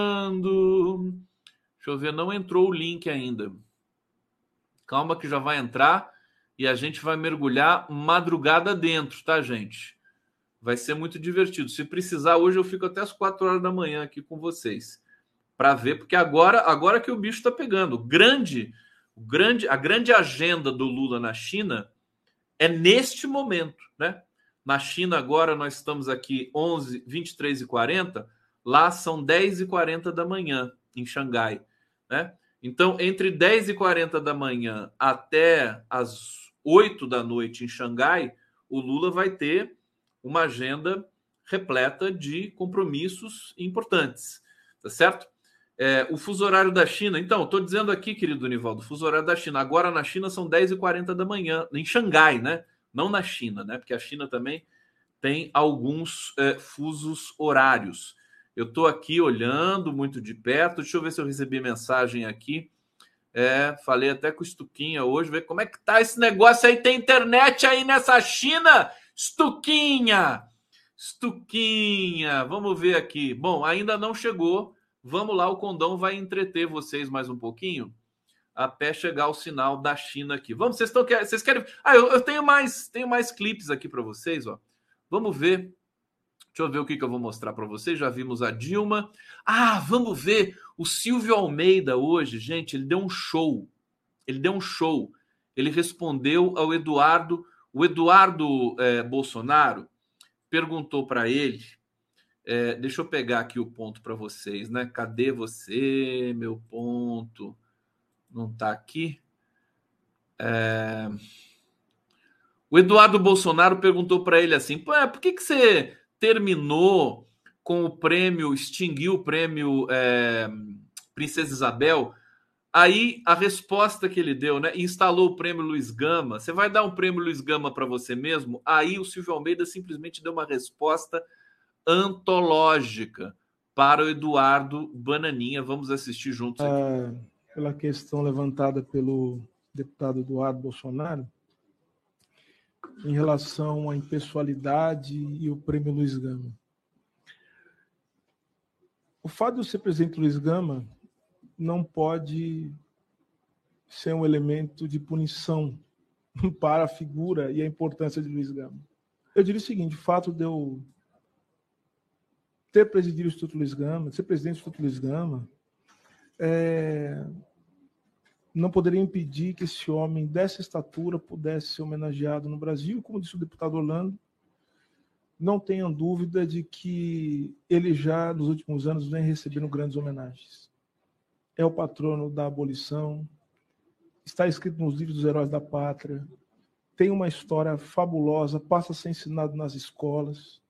eu ver, não entrou o link ainda. Calma que já vai entrar e a gente vai mergulhar madrugada dentro, tá, gente? Vai ser muito divertido. Se precisar, hoje eu fico até as 4 horas da manhã aqui com vocês para ver, porque agora que o bicho está pegando. A grande agenda do Lula na China é neste momento, né? Na China agora nós estamos aqui 23h40, lá são 10h40 da manhã em Xangai, né? Então, entre 10h40 da manhã até as 8 da noite em Xangai, o Lula vai ter uma agenda repleta de compromissos importantes, tá certo? O fuso horário da China. Então, estou dizendo aqui, querido Nivaldo, o fuso horário da China. Agora na China são 10h40 da manhã, em Xangai, né? Não na China, né? Porque a China também tem alguns fusos horários. Eu estou aqui olhando muito de perto. Deixa eu ver se eu recebi mensagem aqui. Falei até com o Stuquinha hoje, ver como é que tá esse negócio aí. Tem internet aí nessa China? Stuquinha! Stuquinha! Vamos ver aqui. Bom, ainda não chegou. Vamos lá, o Condão vai entreter vocês mais um pouquinho até chegar o sinal da China aqui. Vamos, vocês querem... eu tenho mais clipes aqui para vocês, ó. Vamos ver. Deixa eu ver o que eu vou mostrar para vocês. Já vimos a Dilma. Vamos ver o Silvio Almeida hoje, gente. Ele deu um show. Ele respondeu ao Eduardo. O Eduardo Bolsonaro perguntou para ele. Deixa eu pegar aqui o ponto para vocês, né? Cadê você, meu ponto? Não está aqui. O Eduardo Bolsonaro perguntou para ele assim: por que você terminou com o prêmio, extinguiu o prêmio Princesa Isabel? Aí a resposta que ele deu, né? Instalou o prêmio Luiz Gama. Você vai dar um prêmio Luiz Gama para você mesmo? Aí o Silvio Almeida simplesmente deu uma resposta antológica para o Eduardo Bananinha. Vamos assistir juntos aqui. Pela questão levantada pelo deputado Eduardo Bolsonaro em relação à impessoalidade e o prêmio Luiz Gama. O fato de eu ser presidente Luiz Gama não pode ser um elemento de punição para a figura e a importância de Luiz Gama. Eu diria o seguinte: o fato de eu ter presidido o Instituto Luiz Gama, ser presidente do Instituto Luiz Gama, não poderia impedir que esse homem dessa estatura pudesse ser homenageado no Brasil. Como disse o deputado Orlando, não tenham dúvida de que ele já, nos últimos anos, vem recebendo grandes homenagens. É o patrono da abolição, está escrito nos livros dos heróis da pátria, tem uma história fabulosa, passa a ser ensinado nas escolas.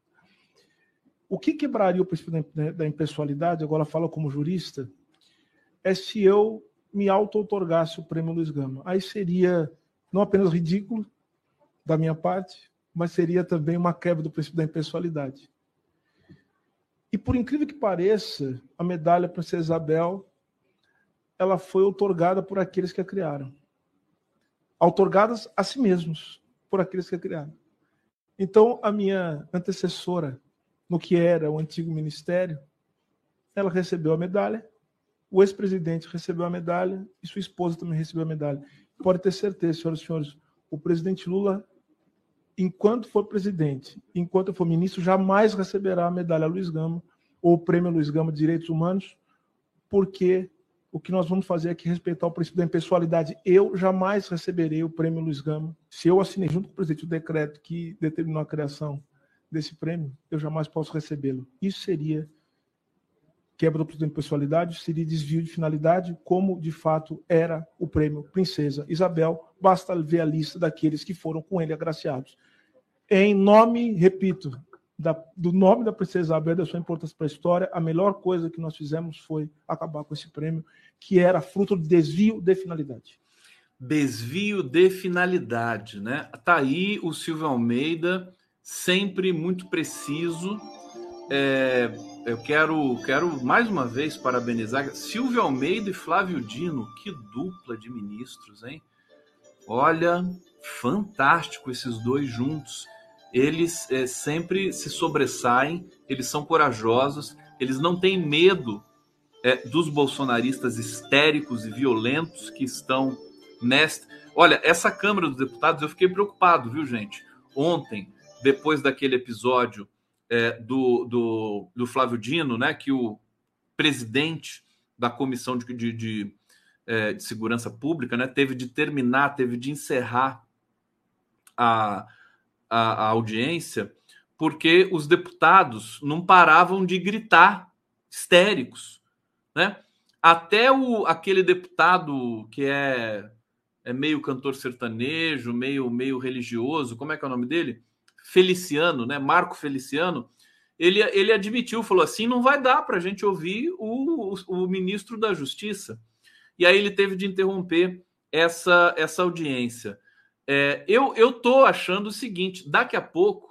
O que quebraria o princípio da impessoalidade, agora falo como jurista, é se eu me auto-outorgasse o prêmio Luiz Gama. Aí seria não apenas ridículo da minha parte, mas seria também uma quebra do princípio da impessoalidade. E por incrível que pareça, a medalha Princesa Isabel, ela foi outorgada por aqueles que a criaram. Outorgadas a si mesmos, por aqueles que a criaram. Então, a minha antecessora, no que era o antigo ministério, ela recebeu a medalha, o ex-presidente recebeu a medalha e sua esposa também recebeu a medalha. Pode ter certeza, senhoras e senhores, o presidente Lula, enquanto for presidente, enquanto for ministro, jamais receberá a medalha Luiz Gama ou o prêmio Luiz Gama de Direitos Humanos, porque o que nós vamos fazer aqui é respeitar o princípio da impessoalidade. Eu jamais receberei o prêmio Luiz Gama. Se eu assinei junto com o presidente o decreto que determinou a criação desse prêmio, eu jamais posso recebê-lo. Isso seria quebra do princípio da impessoalidade, seria desvio de finalidade, como de fato era o prêmio Princesa Isabel. Basta ver a lista daqueles que foram com ele agraciados. Em nome, repito, do nome da Princesa Isabel, da sua importância para a história, a melhor coisa que nós fizemos foi acabar com esse prêmio, que era fruto de desvio de finalidade. Desvio de finalidade, né? Tá aí o Silvio Almeida, sempre muito preciso. Eu quero mais uma vez parabenizar Silvio Almeida e Flávio Dino, que dupla de ministros, hein? Olha, fantástico esses dois juntos. Eles sempre se sobressaem, eles são corajosos, eles não têm medo dos bolsonaristas histéricos e violentos que estão nesta... Olha, essa Câmara dos Deputados, eu fiquei preocupado, viu, gente? Ontem, depois daquele episódio do Flávio Dino, né, que o presidente da Comissão de Segurança Pública, né, teve de encerrar a audiência, porque os deputados não paravam de gritar, histéricos, né? até aquele deputado que é meio cantor sertanejo, meio religioso, como é que é o nome dele? Feliciano, né? Marco Feliciano, ele admitiu, falou assim, não vai dar para a gente ouvir o ministro da Justiça. E aí ele teve de interromper essa audiência. Eu estou achando o seguinte, daqui a pouco,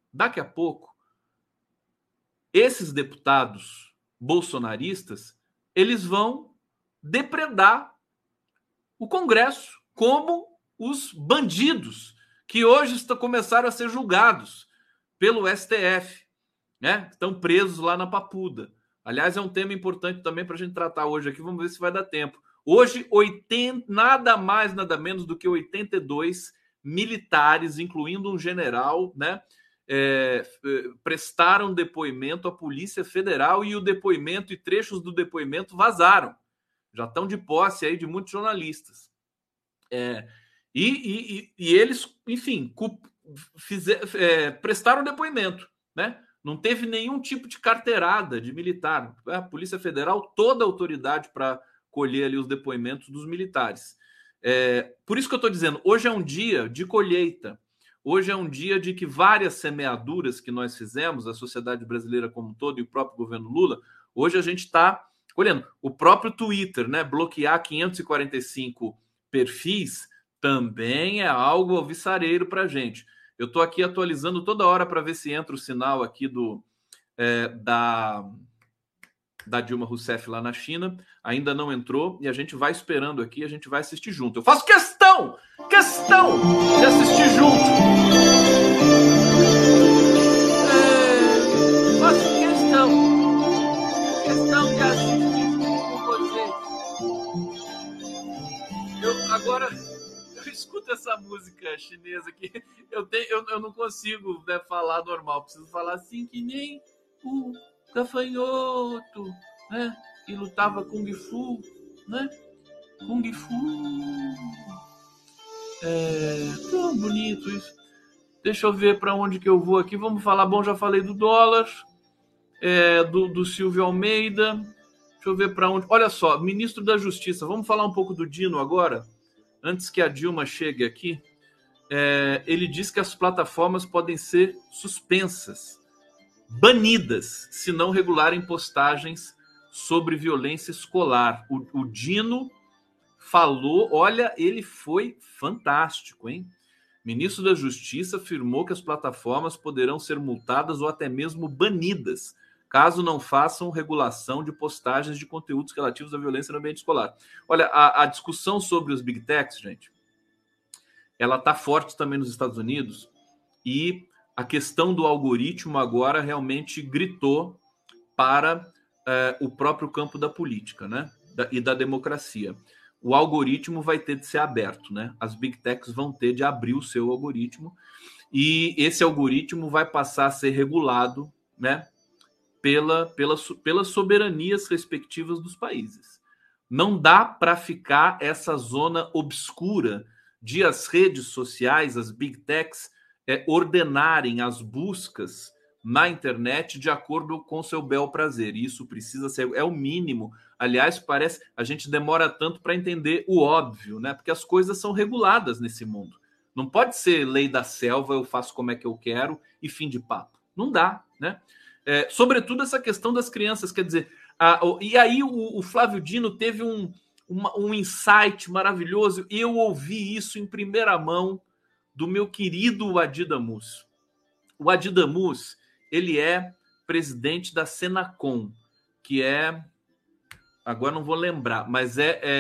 esses deputados bolsonaristas, eles vão depredar o Congresso, como os bandidos que hoje começaram a ser julgados pelo STF, né? Estão presos lá na Papuda. Aliás, é um tema importante também para a gente tratar hoje aqui, vamos ver se vai dar tempo. Hoje, nada mais, nada menos do que 82 militares, incluindo um general, né? Prestaram depoimento à Polícia Federal e o depoimento e trechos do depoimento vazaram. Já estão de posse aí de muitos jornalistas. E eles, enfim, prestaram depoimento, né? Não teve nenhum tipo de carteirada de militar. A Polícia Federal, toda a autoridade para colher ali os depoimentos dos militares. Por isso que eu estou dizendo, hoje é um dia de colheita. Hoje é um dia de que várias semeaduras que nós fizemos, a sociedade brasileira como um todo e o próprio governo Lula, hoje a gente está colhendo. O próprio Twitter, né, bloquear 545 perfis também é algo alvissareiro para a gente. Eu estou aqui atualizando toda hora para ver se entra o sinal aqui da Dilma Rousseff lá na China. Ainda não entrou e a gente vai esperando aqui, a gente vai assistir junto. Eu faço questão de assistir junto. Faço questão de assistir junto com vocês. Agora eu escuto essa música chinesa aqui, eu não consigo, né, falar normal, preciso falar assim que nem o gafanhoto, né, que lutava Kung Fu, né? Kung Fu. Tão bonito isso. Deixa eu ver para onde que eu vou aqui. Vamos falar, bom, já falei do dólar, do Silvio Almeida. Deixa eu ver para onde. Olha só, ministro da Justiça. Vamos falar um pouco do Dino agora? Antes que a Dilma chegue aqui. Ele diz que as plataformas podem ser suspensas, banidas, se não regularem postagens sobre violência escolar. O Dino falou, olha, ele foi fantástico, hein? Ministro da Justiça afirmou que as plataformas poderão ser multadas ou até mesmo banidas, caso não façam regulação de postagens de conteúdos relativos à violência no ambiente escolar. Olha, a discussão sobre os Big Techs, gente, ela está forte também nos Estados Unidos e a questão do algoritmo agora realmente gritou para o próprio campo da política, né? E da democracia. O algoritmo vai ter de ser aberto, né? As Big Techs vão ter de abrir o seu algoritmo e esse algoritmo vai passar a ser regulado, né? Pelas soberanias respectivas dos países. Não dá para ficar essa zona obscura de as redes sociais, as Big Techs, ordenarem as buscas na internet de acordo com seu bel prazer. Isso precisa ser, é o mínimo. Aliás, parece, a gente demora tanto para entender o óbvio, né? Porque as coisas são reguladas nesse mundo. Não pode ser lei da selva, eu faço como é que eu quero e fim de papo. Não dá, né? Sobretudo essa questão das crianças, quer dizer, e aí o Flávio Dino teve um insight maravilhoso, e eu ouvi isso em primeira mão do meu querido Adi Damus. O Adi Damus, ele é presidente da Senacom, que é, agora não vou lembrar, mas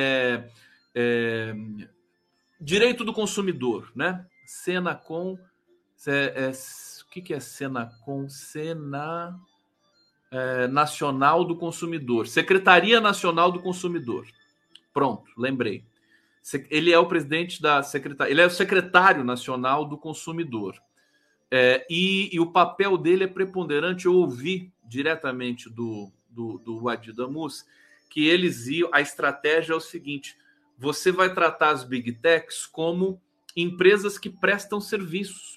direito do consumidor, né? Senacom, o que é Senacom? Nacional do Consumidor, Secretaria Nacional do Consumidor. Pronto, lembrei. Ele é o presidente da secretaria, ele é o secretário nacional do consumidor. E o papel dele é preponderante. Eu ouvi diretamente do Adi Damus que a estratégia é o seguinte: você vai tratar as Big Techs como empresas que prestam serviços,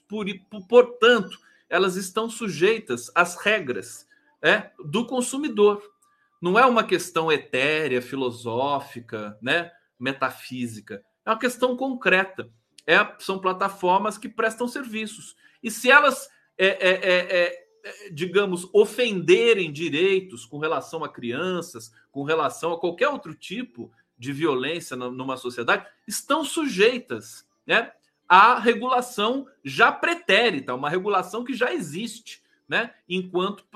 portanto, elas estão sujeitas às regras do consumidor. Não é uma questão etérea, filosófica, né, metafísica. É uma questão concreta. São plataformas que prestam serviços. E se elas, digamos, ofenderem direitos com relação a crianças, com relação a qualquer outro tipo de violência numa sociedade, estão sujeitas, né, à regulação já pretérita, uma regulação que já existe, né, enquanto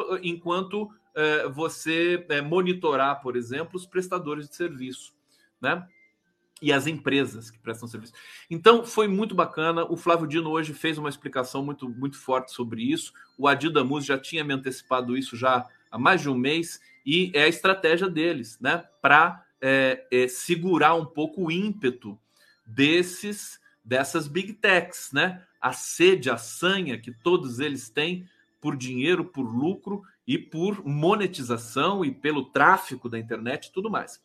você monitorar, por exemplo, os prestadores de serviço, né? E as empresas que prestam serviço. Então, foi muito bacana. O Flávio Dino hoje fez uma explicação muito, muito forte sobre isso. O Adi Damus já tinha me antecipado isso já há mais de um mês, e é a estratégia deles, né? Para segurar um pouco o ímpeto dessas big techs, né? A sede, a sanha que todos eles têm por dinheiro, por lucro e por monetização e pelo tráfico da internet e tudo mais.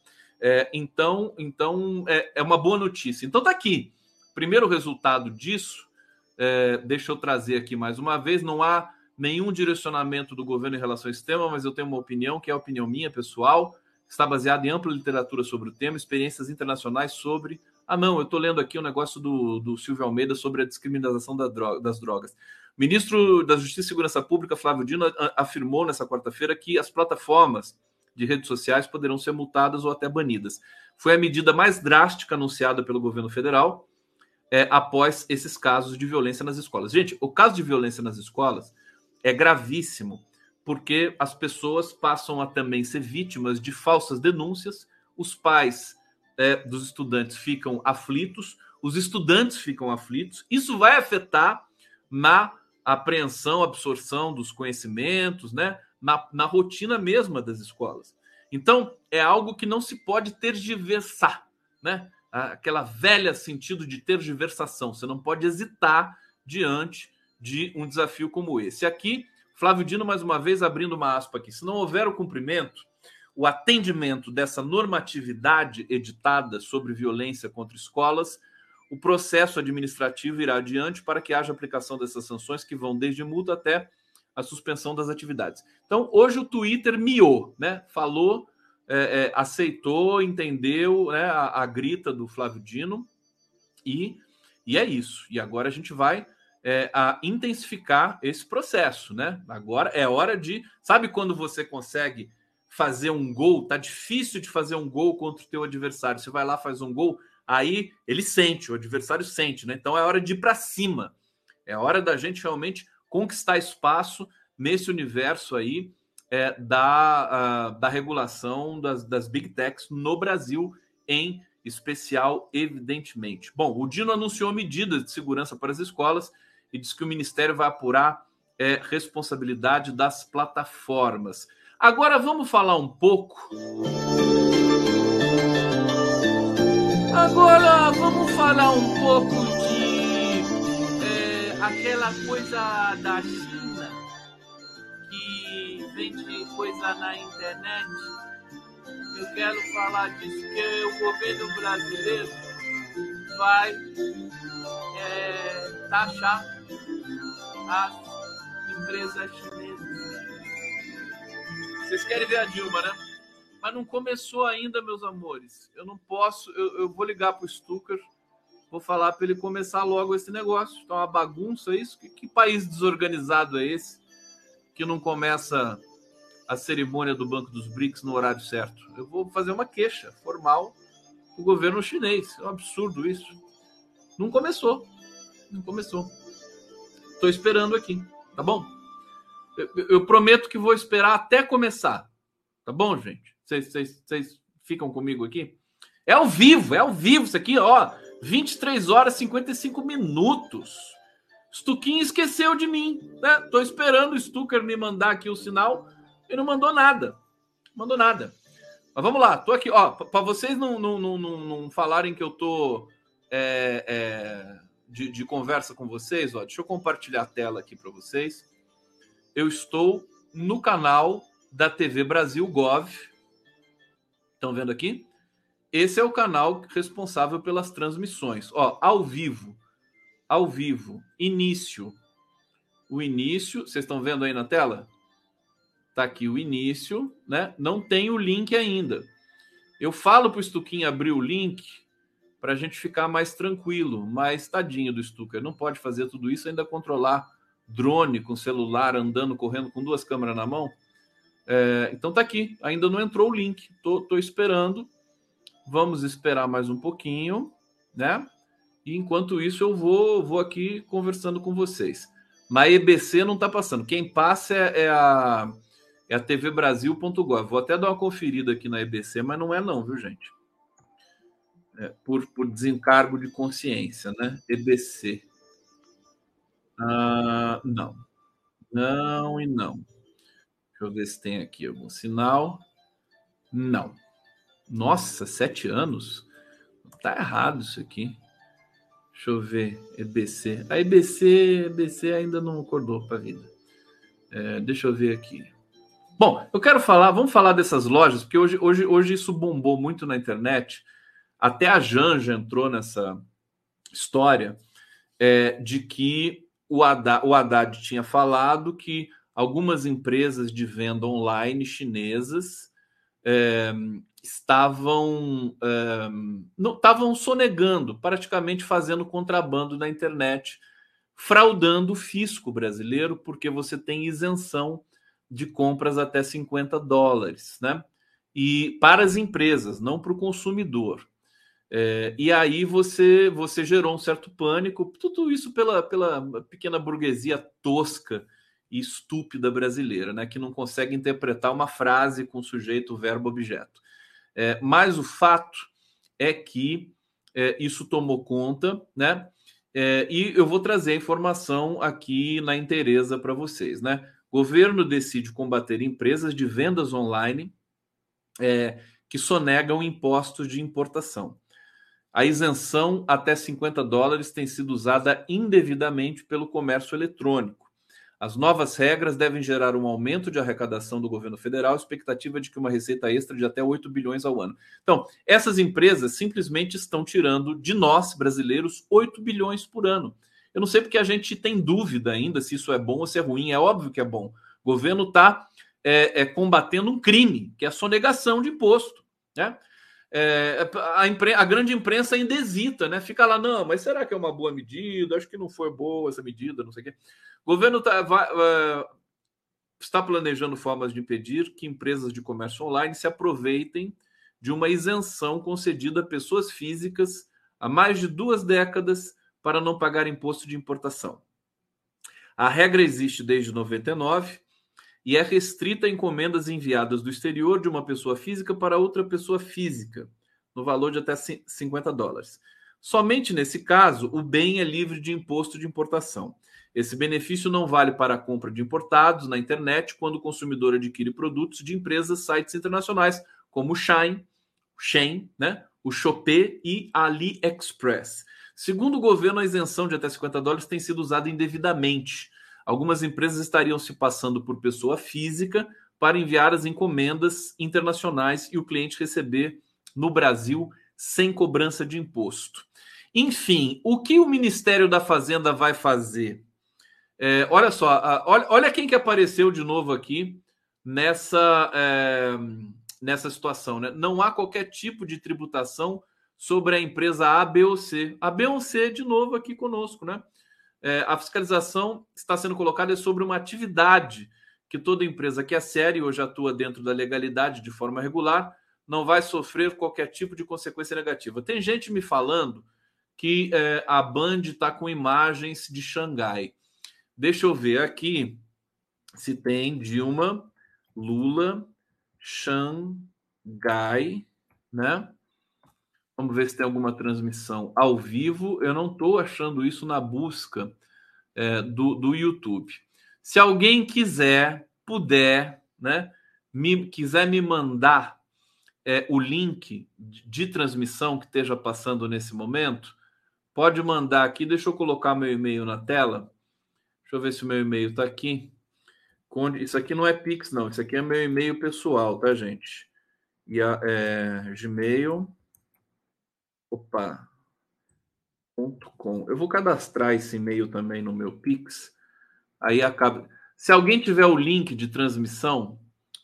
Então é uma boa notícia. Então tá aqui. Primeiro resultado disso, deixa eu trazer aqui mais uma vez, não há nenhum direcionamento do governo em relação a esse tema, mas eu tenho uma opinião, que é a opinião minha, pessoal, que está baseada em ampla literatura sobre o tema, experiências internacionais sobre... eu estou lendo aqui um negócio do Silvio Almeida sobre a discriminação das drogas. O ministro da Justiça e Segurança Pública, Flávio Dino, afirmou nessa quarta-feira que as plataformas de redes sociais poderão ser multadas ou até banidas. Foi a medida mais drástica anunciada pelo governo federal após esses casos de violência nas escolas. Gente, o caso de violência nas escolas é gravíssimo, porque as pessoas passam a também ser vítimas de falsas denúncias, os pais dos estudantes ficam aflitos, os estudantes ficam aflitos, isso vai afetar na apreensão, absorção dos conhecimentos, né? Na rotina mesma das escolas. Então, é algo que não se pode tergiversar, né? Aquela velha sentido de tergiversação. Você não pode hesitar diante de um desafio como esse. Aqui, Flávio Dino, mais uma vez, abrindo uma aspa aqui. Se não houver o cumprimento, o atendimento dessa normatividade editada sobre violência contra escolas, o processo administrativo irá adiante para que haja aplicação dessas sanções que vão desde multa até a suspensão das atividades. Então, hoje o Twitter miou, né? Falou, aceitou, entendeu, né? a grita do Flávio Dino e é isso. E agora a gente vai intensificar esse processo, né? Agora é hora de... Sabe quando você consegue fazer um gol? Tá difícil de fazer um gol contra o teu adversário. Você vai lá, faz um gol, aí ele sente, o adversário sente, né? Então é hora de ir para cima. É hora da gente realmente conquistar espaço nesse universo aí da regulação das big techs no Brasil, em especial, evidentemente. Bom, o Dino anunciou medidas de segurança para as escolas e disse que o Ministério vai apurar responsabilidade das plataformas. Agora vamos falar um pouco... de aquela coisa da China que vende coisa na internet. Eu quero falar disso, que o governo brasileiro vai taxar as empresas chinesas. Vocês querem ver a Dilma, né? Mas não começou ainda, meus amores. Eu não posso... Eu vou ligar para o Stucker, vou falar para ele começar logo esse negócio. Tá uma bagunça isso? Que país desorganizado é esse que não começa a cerimônia do Banco dos BRICS no horário certo? Eu vou fazer uma queixa formal do governo chinês. É um absurdo isso. Não começou. Estou esperando aqui, tá bom? Eu prometo que vou esperar até começar. Tá bom, gente? Vocês ficam comigo aqui? É ao vivo isso aqui, ó. 23 horas e 55 minutos. Stuquinho esqueceu de mim, né? Tô esperando o Stucker me mandar aqui o sinal e não mandou nada. Mas vamos lá, tô aqui, ó. Para vocês não falarem que eu tô de conversa com vocês, ó. Deixa eu compartilhar a tela aqui para vocês. Eu estou no canal da TV Brasil Gov. Estão vendo aqui? Esse é o canal responsável pelas transmissões. Ó, ao vivo, início. O início, vocês estão vendo aí na tela? Tá aqui o início, né? Não tem o link ainda. Eu falo para o Stuquinho abrir o link para a gente ficar mais tranquilo, mas tadinho do Stuka, não pode fazer tudo isso, ainda controlar drone com celular, andando, correndo com 2 câmeras na mão. Então tá aqui, ainda não entrou o link, tô esperando, vamos esperar mais um pouquinho, né? E enquanto isso eu vou aqui conversando com vocês. Mas a EBC não tá passando, quem passa é a tvbrasil.gov. Vou até dar uma conferida aqui na EBC, mas não é não, viu, gente? Por desencargo de consciência, né? EBC. Não. Não e não. Deixa eu ver se tem aqui algum sinal. Não. Nossa, 7 anos? Tá errado isso aqui. Deixa eu ver. EBC. A EBC ainda não acordou para a vida. Deixa eu ver aqui. Bom, eu quero falar, vamos falar dessas lojas, porque hoje isso bombou muito na internet. Até a Janja entrou nessa história de que o Haddad tinha falado que algumas empresas de venda online chinesas estavam sonegando, praticamente fazendo contrabando na internet, fraudando o fisco brasileiro, porque você tem isenção de compras até $50, né? E para as empresas, não para o consumidor. E aí você gerou um certo pânico, tudo isso pela pequena burguesia tosca e estúpida brasileira, né, que não consegue interpretar uma frase com sujeito, verbo, objeto. Mas o fato é que isso tomou conta, né? E eu vou trazer a informação aqui na inteireza para vocês, né? Governo decide combater empresas de vendas online que sonegam impostos de importação. A isenção até $50 tem sido usada indevidamente pelo comércio eletrônico. As novas regras devem gerar um aumento de arrecadação do governo federal, expectativa de que uma receita extra de até 8 bilhões ao ano. Então, essas empresas simplesmente estão tirando de nós, brasileiros, 8 bilhões por ano. Eu não sei porque a gente tem dúvida ainda se isso é bom ou se é ruim. É óbvio que é bom. O governo está combatendo um crime, que é a sonegação de imposto, né? A grande imprensa ainda hesita, né? Fica lá, não, mas será que é uma boa medida? Acho que não foi boa essa medida, não sei o quê. O governo está planejando formas de impedir que empresas de comércio online se aproveitem de uma isenção concedida a pessoas físicas há mais de 2 décadas para não pagar imposto de importação. A regra existe desde 99 e é restrita a encomendas enviadas do exterior de uma pessoa física para outra pessoa física, no valor de até $50. Somente nesse caso, o bem é livre de imposto de importação. Esse benefício não vale para a compra de importados na internet quando o consumidor adquire produtos de empresas, sites internacionais, como o Shein, né? O Shopee e a AliExpress. Segundo o governo, a isenção de até $50 tem sido usada indevidamente. Algumas empresas estariam se passando por pessoa física para enviar as encomendas internacionais e o cliente receber no Brasil sem cobrança de imposto. Enfim, o que o Ministério da Fazenda vai fazer? Olha só, olha quem que apareceu de novo aqui nessa situação, né? Não há qualquer tipo de tributação sobre a empresa A, B ou C. A B ou C de novo aqui conosco, né? A fiscalização está sendo colocada sobre uma atividade que toda empresa que é séria e hoje atua dentro da legalidade de forma regular não vai sofrer qualquer tipo de consequência negativa. Tem gente me falando que a Band está com imagens de Xangai. Deixa eu ver aqui se tem Dilma, Lula, Xangai, né? Vamos ver se tem alguma transmissão ao vivo. Eu não estou achando isso na busca do YouTube. Se alguém puder, né, quiser me mandar o link de transmissão que esteja passando nesse momento, pode mandar aqui. Deixa eu colocar meu e-mail na tela. Deixa eu ver se o meu e-mail está aqui. Isso aqui não é Pix, não. Isso aqui é meu e-mail pessoal, tá, gente? E Gmail. .com. Eu vou cadastrar esse e-mail também no meu Pix. Aí acaba. Se alguém tiver o link de transmissão,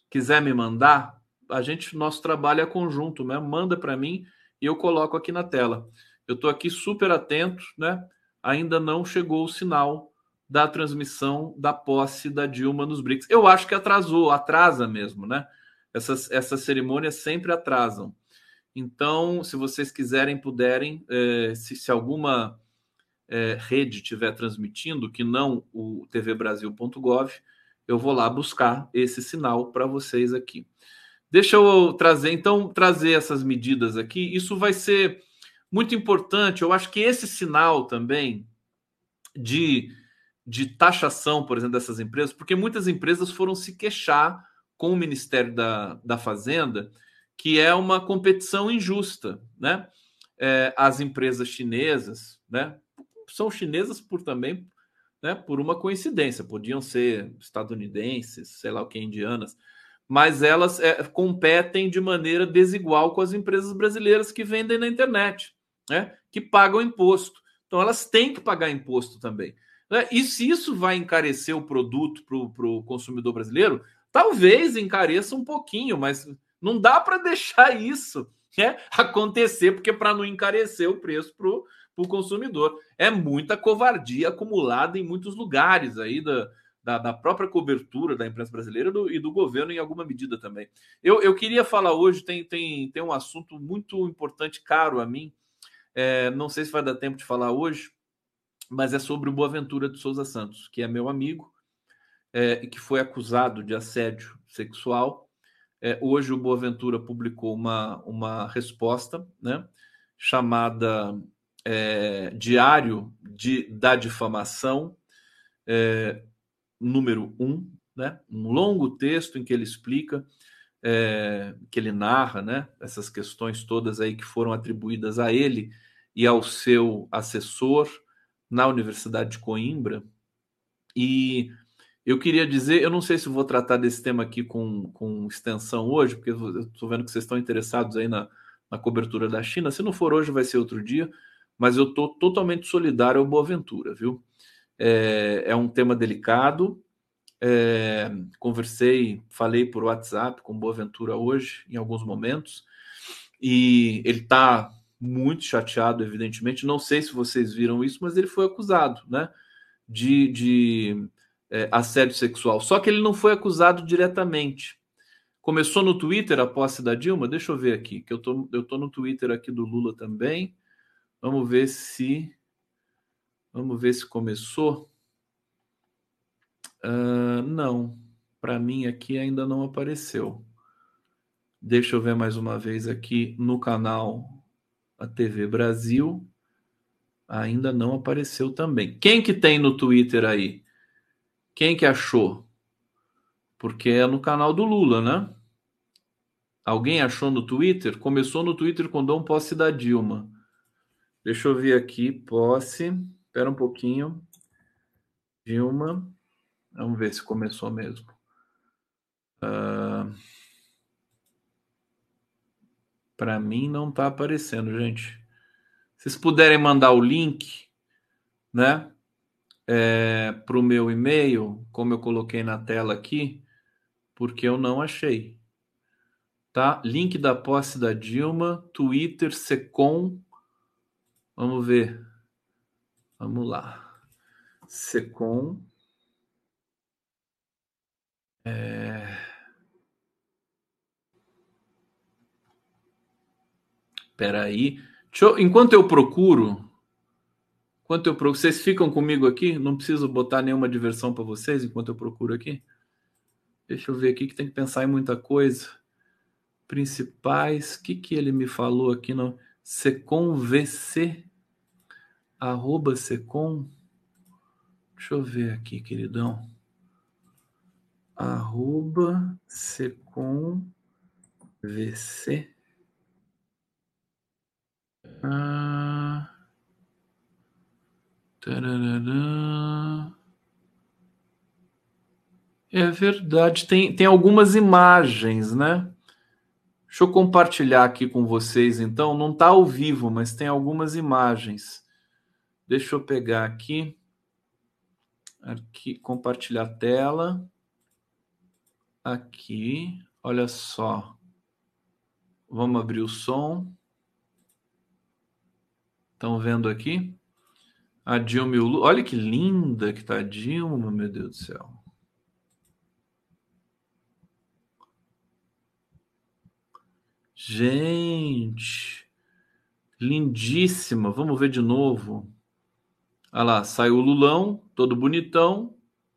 quiser me mandar, nosso trabalho é conjunto, né? Manda para mim e eu coloco aqui na tela. Eu estou aqui super atento, né? Ainda não chegou o sinal da transmissão da posse da Dilma nos BRICS. Eu acho que atrasa mesmo, né? Essas cerimônias sempre atrasam. Então, se vocês quiserem, puderem, se alguma rede estiver transmitindo, que não o tvbrasil.gov, eu vou lá buscar esse sinal para vocês aqui. Deixa eu trazer essas medidas aqui. Isso vai ser muito importante. Eu acho que esse sinal também de taxação, por exemplo, dessas empresas, porque muitas empresas foram se queixar com o Ministério da Fazenda, que é uma competição injusta, né? As empresas chinesas, né? São chinesas também, né? Por uma coincidência, podiam ser estadunidenses, sei lá o que, indianas, mas elas competem de maneira desigual com as empresas brasileiras que vendem na internet, né? Que pagam imposto. Então elas têm que pagar imposto também, né? E se isso vai encarecer o produto para o consumidor brasileiro, talvez encareça um pouquinho, mas não dá para deixar isso, né, acontecer, porque para não encarecer o preço para o consumidor. É muita covardia acumulada em muitos lugares aí da própria cobertura da imprensa brasileira e do governo em alguma medida também. Eu queria falar hoje, tem um assunto muito importante, caro a mim, não sei se vai dar tempo de falar hoje, mas é sobre o Boaventura de Souza Santos, que é meu amigo, e que foi acusado de assédio sexual. Hoje o Boaventura publicou uma resposta, né, chamada Diário da Difamação, número 1, né, um longo texto em que ele explica, que ele narra, né, essas questões todas aí que foram atribuídas a ele e ao seu assessor na Universidade de Coimbra. E eu queria dizer, eu não sei se vou tratar desse tema aqui com extensão hoje, porque eu estou vendo que vocês estão interessados aí na cobertura da China. Se não for hoje, vai ser outro dia, mas eu estou totalmente solidário ao Boaventura, viu? É um tema delicado. Falei por WhatsApp com o Boaventura hoje, em alguns momentos, e ele está muito chateado, evidentemente. Não sei se vocês viram isso, mas ele foi acusado, né, de assédio sexual. Só que ele não foi acusado diretamente. Começou no Twitter a posse da Dilma. Deixa eu ver aqui, que eu tô no Twitter aqui do Lula também. Vamos ver se começou. Não, para mim aqui ainda não apareceu. Deixa eu ver mais uma vez aqui no canal a TV Brasil. Ainda não apareceu também. Quem que tem no Twitter aí? Quem que achou? Porque é no canal do Lula, né? Alguém achou no Twitter? Começou no Twitter com Dom Posse da Dilma. Deixa eu ver aqui, posse. Espera um pouquinho. Dilma. Vamos ver se começou mesmo. Para mim não está aparecendo, gente. Se vocês puderem mandar o link, né, para o meu e-mail, como eu coloquei na tela aqui, porque eu não achei. Tá? Link da posse da Dilma, Twitter, Secom. Vamos ver. Vamos lá. Secom. Espera aí. Enquanto eu procuro, vocês ficam comigo aqui? Não preciso botar nenhuma diversão para vocês enquanto eu procuro aqui? Deixa eu ver aqui que tem que pensar em muita coisa. Principais, o que ele me falou aqui no Secom VC, @Secom. Deixa eu ver aqui, queridão. @Secom VC. É verdade, tem algumas imagens, né? Deixa eu compartilhar aqui com vocês, então. Não está ao vivo, mas tem algumas imagens. Deixa eu pegar aqui, compartilhar a tela. Aqui, olha só. Vamos abrir o som. Estão vendo aqui? A Dilma e o Lula. Olha que linda que tá a Dilma, meu Deus do céu. Gente, lindíssima. Vamos ver de novo. Olha lá, saiu o Lulão, todo bonitão.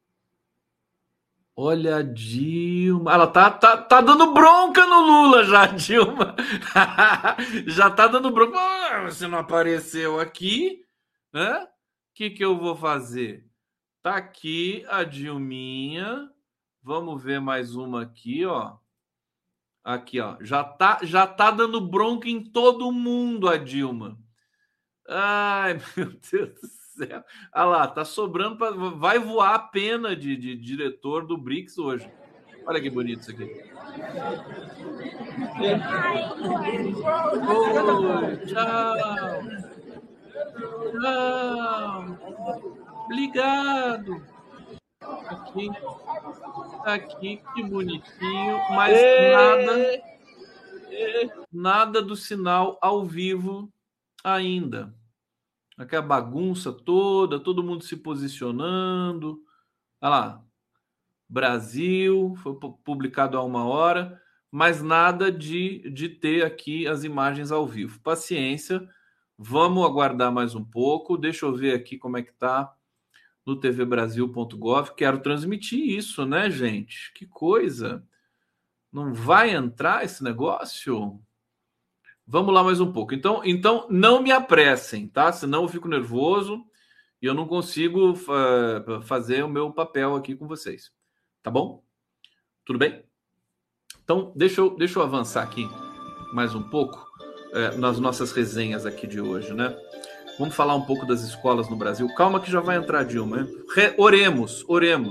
Olha a Dilma. Ela tá dando bronca no Lula já, Dilma. Já tá dando bronca. Ah, você não apareceu aqui, né? O que eu vou fazer? Tá aqui a Dilminha. Vamos ver mais uma aqui, ó. Aqui, ó. Já tá dando bronca em todo mundo a Dilma. Ai, meu Deus do céu. Ah lá, tá sobrando para vai voar a pena de diretor do BRICS hoje. Olha que bonito isso aqui. Oi, tchau. Tchau. Obrigado. Aqui, que bonitinho, mas nada do sinal ao vivo ainda. Aqui a bagunça toda, todo mundo se posicionando. Olha lá, Brasil, foi publicado há 1 hora, mas nada de ter aqui as imagens ao vivo. Paciência, vamos aguardar mais um pouco. Deixa eu ver aqui como é que tá no tvbrasil.gov. Quero transmitir isso, né, gente? Que coisa! Não vai entrar esse negócio? Vamos lá mais um pouco. Então não me apressem, tá? Senão eu fico nervoso e eu não consigo fazer o meu papel aqui com vocês. Tá bom? Tudo bem? Então, deixa eu avançar aqui mais um pouco nas nossas resenhas aqui de hoje, né? Vamos falar um pouco das escolas no Brasil. Calma que já vai entrar, Dilma. Oremos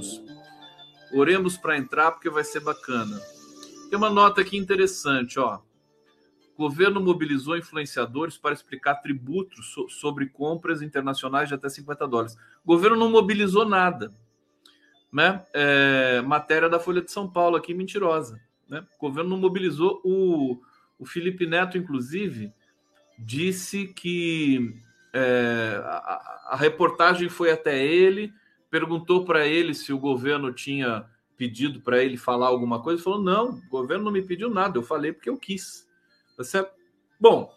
para entrar porque vai ser bacana. Tem uma nota aqui interessante, ó. O governo mobilizou influenciadores para explicar tributos sobre compras internacionais de até $50. O governo não mobilizou nada, né? Matéria da Folha de São Paulo aqui, mentirosa, né? O governo não mobilizou. O Felipe Neto, inclusive, disse que a reportagem foi até ele, perguntou para ele se o governo tinha pedido para ele falar alguma coisa. Ele falou, não, o governo não me pediu nada, eu falei porque eu quis. Tá certo? Bom,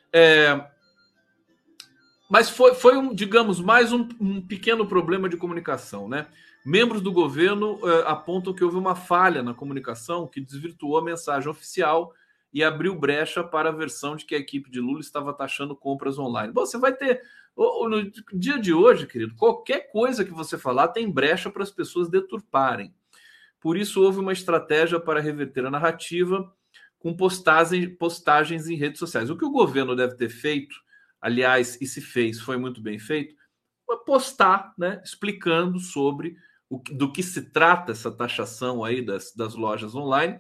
mas foi digamos, mais um pequeno problema de comunicação, né? Membros do governo apontam que houve uma falha na comunicação que desvirtuou a mensagem oficial e abriu brecha para a versão de que a equipe de Lula estava taxando compras online. Bom, você vai ter... No dia de hoje, querido, qualquer coisa que você falar tem brecha para as pessoas deturparem. Por isso, houve uma estratégia para reverter a narrativa com postagens em redes sociais. O que o governo deve ter feito, aliás, e se fez, foi muito bem feito, foi postar, né, explicando sobre do que se trata essa taxação aí das lojas online.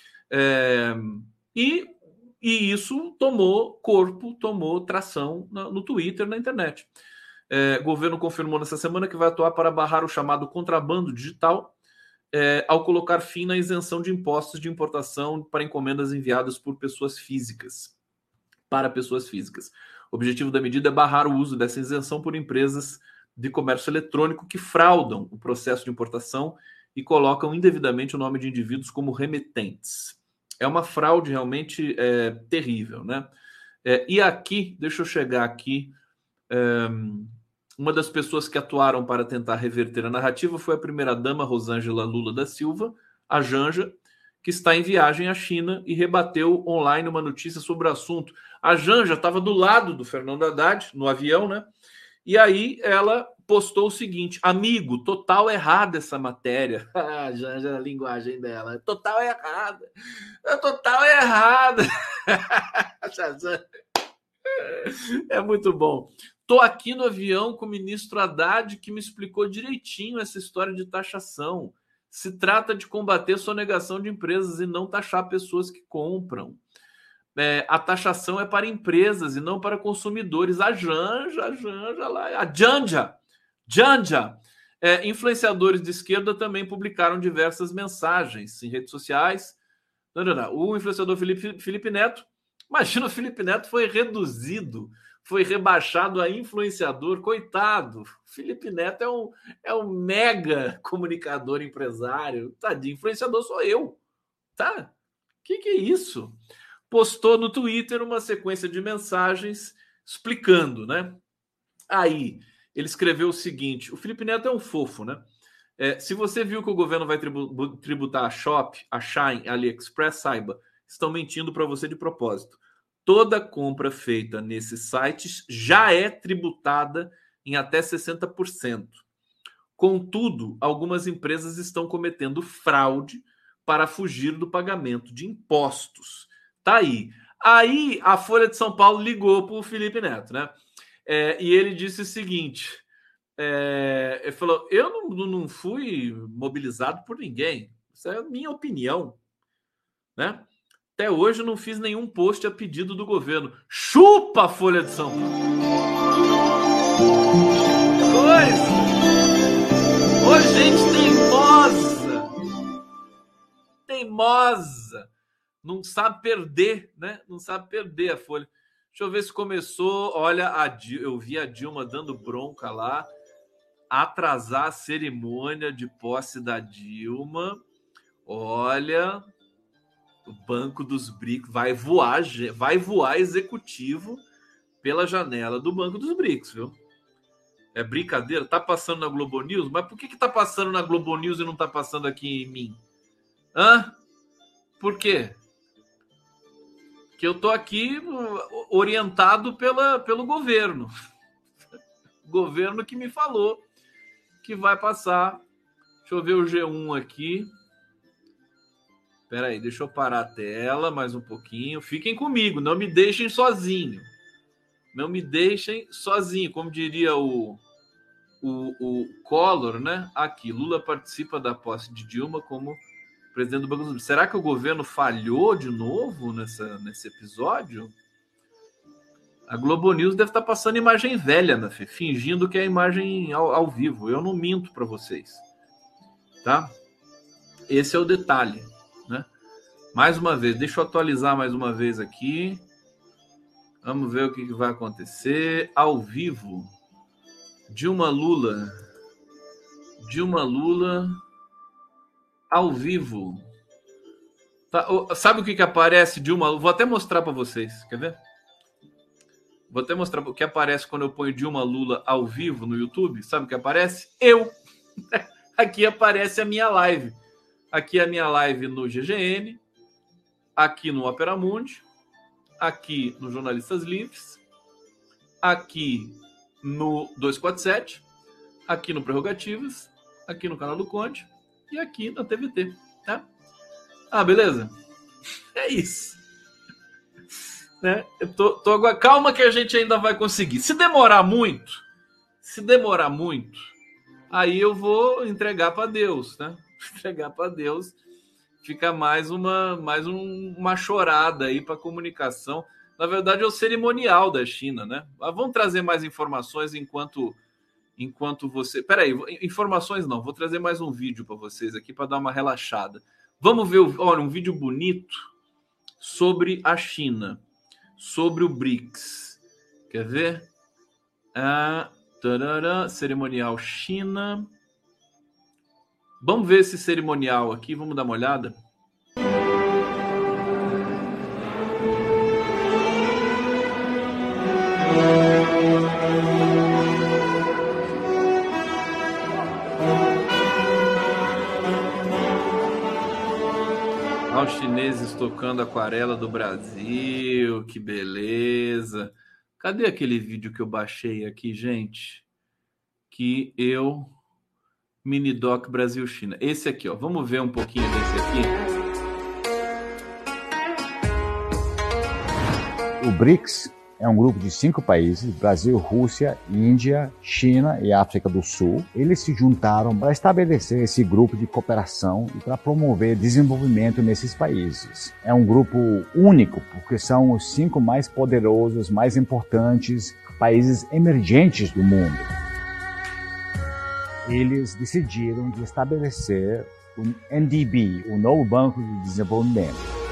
E isso tomou corpo, tomou tração no Twitter, na internet. O governo confirmou nessa semana que vai atuar para barrar o chamado contrabando digital, ao colocar fim na isenção de impostos de importação para encomendas enviadas por pessoas físicas, para pessoas físicas. O objetivo da medida é barrar o uso dessa isenção por empresas de comércio eletrônico que fraudam o processo de importação e colocam indevidamente o nome de indivíduos como remetentes. É uma fraude realmente terrível, né? E aqui, deixa eu chegar aqui... Uma das pessoas que atuaram para tentar reverter a narrativa foi a primeira-dama Rosângela Lula da Silva, a Janja, que está em viagem à China e rebateu online uma notícia sobre o assunto. A Janja estava do lado do Fernando Haddad, no avião, né? E aí ela postou o seguinte: amigo, total errada essa matéria. A Janja, a linguagem dela, total errada. Total errada. É muito bom. Estou aqui no avião com o ministro Haddad, que me explicou direitinho essa história de taxação. Se trata de combater sonegação de empresas e não taxar pessoas que compram. A taxação é para empresas e não para consumidores. A Janja lá, a Janja, Influenciadores de esquerda também publicaram diversas mensagens em redes sociais. O influenciador Felipe Neto, imagina, o Felipe Neto foi reduzido, foi rebaixado a influenciador, coitado. Felipe Neto é um mega comunicador empresário. Tadinho, influenciador sou eu, tá? Que é isso? Postou no Twitter uma sequência de mensagens explicando, né? Aí, ele escreveu o seguinte, o Felipe Neto é um fofo, né? Se você viu que o governo vai tributar a Shop, a Shine, a AliExpress, saiba, estão mentindo para você de propósito. Toda compra feita nesses sites já é tributada em até 60%. Contudo, algumas empresas estão cometendo fraude para fugir do pagamento de impostos. Tá aí. Aí a Folha de São Paulo ligou para o Felipe Neto, né? E ele disse o seguinte: ele falou, eu não fui mobilizado por ninguém, isso é a minha opinião, né? Até hoje eu não fiz nenhum post a pedido do governo. Chupa a Folha de São Paulo! Ô, gente teimosa! Não sabe perder, né? Não sabe perder a Folha. Deixa eu ver se começou. Olha, eu vi a Dilma dando bronca lá, atrasar a cerimônia de posse da Dilma. Olha, o Banco dos BRICS vai voar executivo pela janela do Banco dos BRICS, viu? É brincadeira? Tá passando na Globo News? Mas por que tá passando na Globo News e não tá passando aqui em mim? Por quê? Que eu tô aqui orientado pelo governo. O governo que me falou que vai passar. Deixa eu ver o G1 aqui. Espera aí, deixa eu parar a tela mais um pouquinho. Fiquem comigo, não me deixem sozinho. Não me deixem sozinho. Como diria o Collor, né? Aqui, Lula participa da posse de Dilma como presidente do Banco do Brasil. Será que o governo falhou de novo nesse episódio? A Globo News deve estar passando imagem velha, né, Fê? Fingindo que é imagem ao vivo. Eu não minto para vocês. Tá? Esse é o detalhe, né? Mais uma vez, deixa eu atualizar mais uma vez aqui. Vamos ver o que vai acontecer. Ao vivo. Dilma Lula. Ao vivo. Tá, sabe o que aparece Dilma Lula? Vou até mostrar para vocês. Quer ver? Vou até mostrar o que aparece quando eu ponho Dilma Lula ao vivo no YouTube. Sabe o que aparece? Eu. Aqui aparece a minha live. Aqui a minha live no GGN. Aqui no Opera Mundi. Aqui no Jornalistas Livres. Aqui no 247. Aqui no Prerrogativas. Aqui no canal do Conde. E aqui na TVT. Tá? Beleza? É isso. Né? Calma que a gente ainda vai conseguir. Se demorar muito, aí eu vou entregar para Deus, né? Entregar para Deus, fica mais uma chorada aí para comunicação. Na verdade é o cerimonial da China, né? Mas vamos trazer mais informações enquanto você... Peraí, informações não, vou trazer mais um vídeo para vocês aqui para dar uma relaxada. Vamos ver, olha, um vídeo bonito sobre a China, sobre o BRICS. Quer ver? Cerimonial China. Vamos ver esse cerimonial aqui, vamos dar uma olhada. Olha os chineses tocando aquarela do Brasil, que beleza. Cadê aquele vídeo que eu baixei aqui, gente? Minidoc Brasil-China. Esse aqui, ó. Vamos ver um pouquinho desse aqui. O BRICS é um grupo de 5 países, Brasil, Rússia, Índia, China e África do Sul. Eles se juntaram para estabelecer esse grupo de cooperação e para promover desenvolvimento nesses países. É um grupo único, porque são os 5 mais poderosos, mais importantes países emergentes do mundo. eles decidiram de estabelecer o NDB, o novo Banco de Desenvolvimento.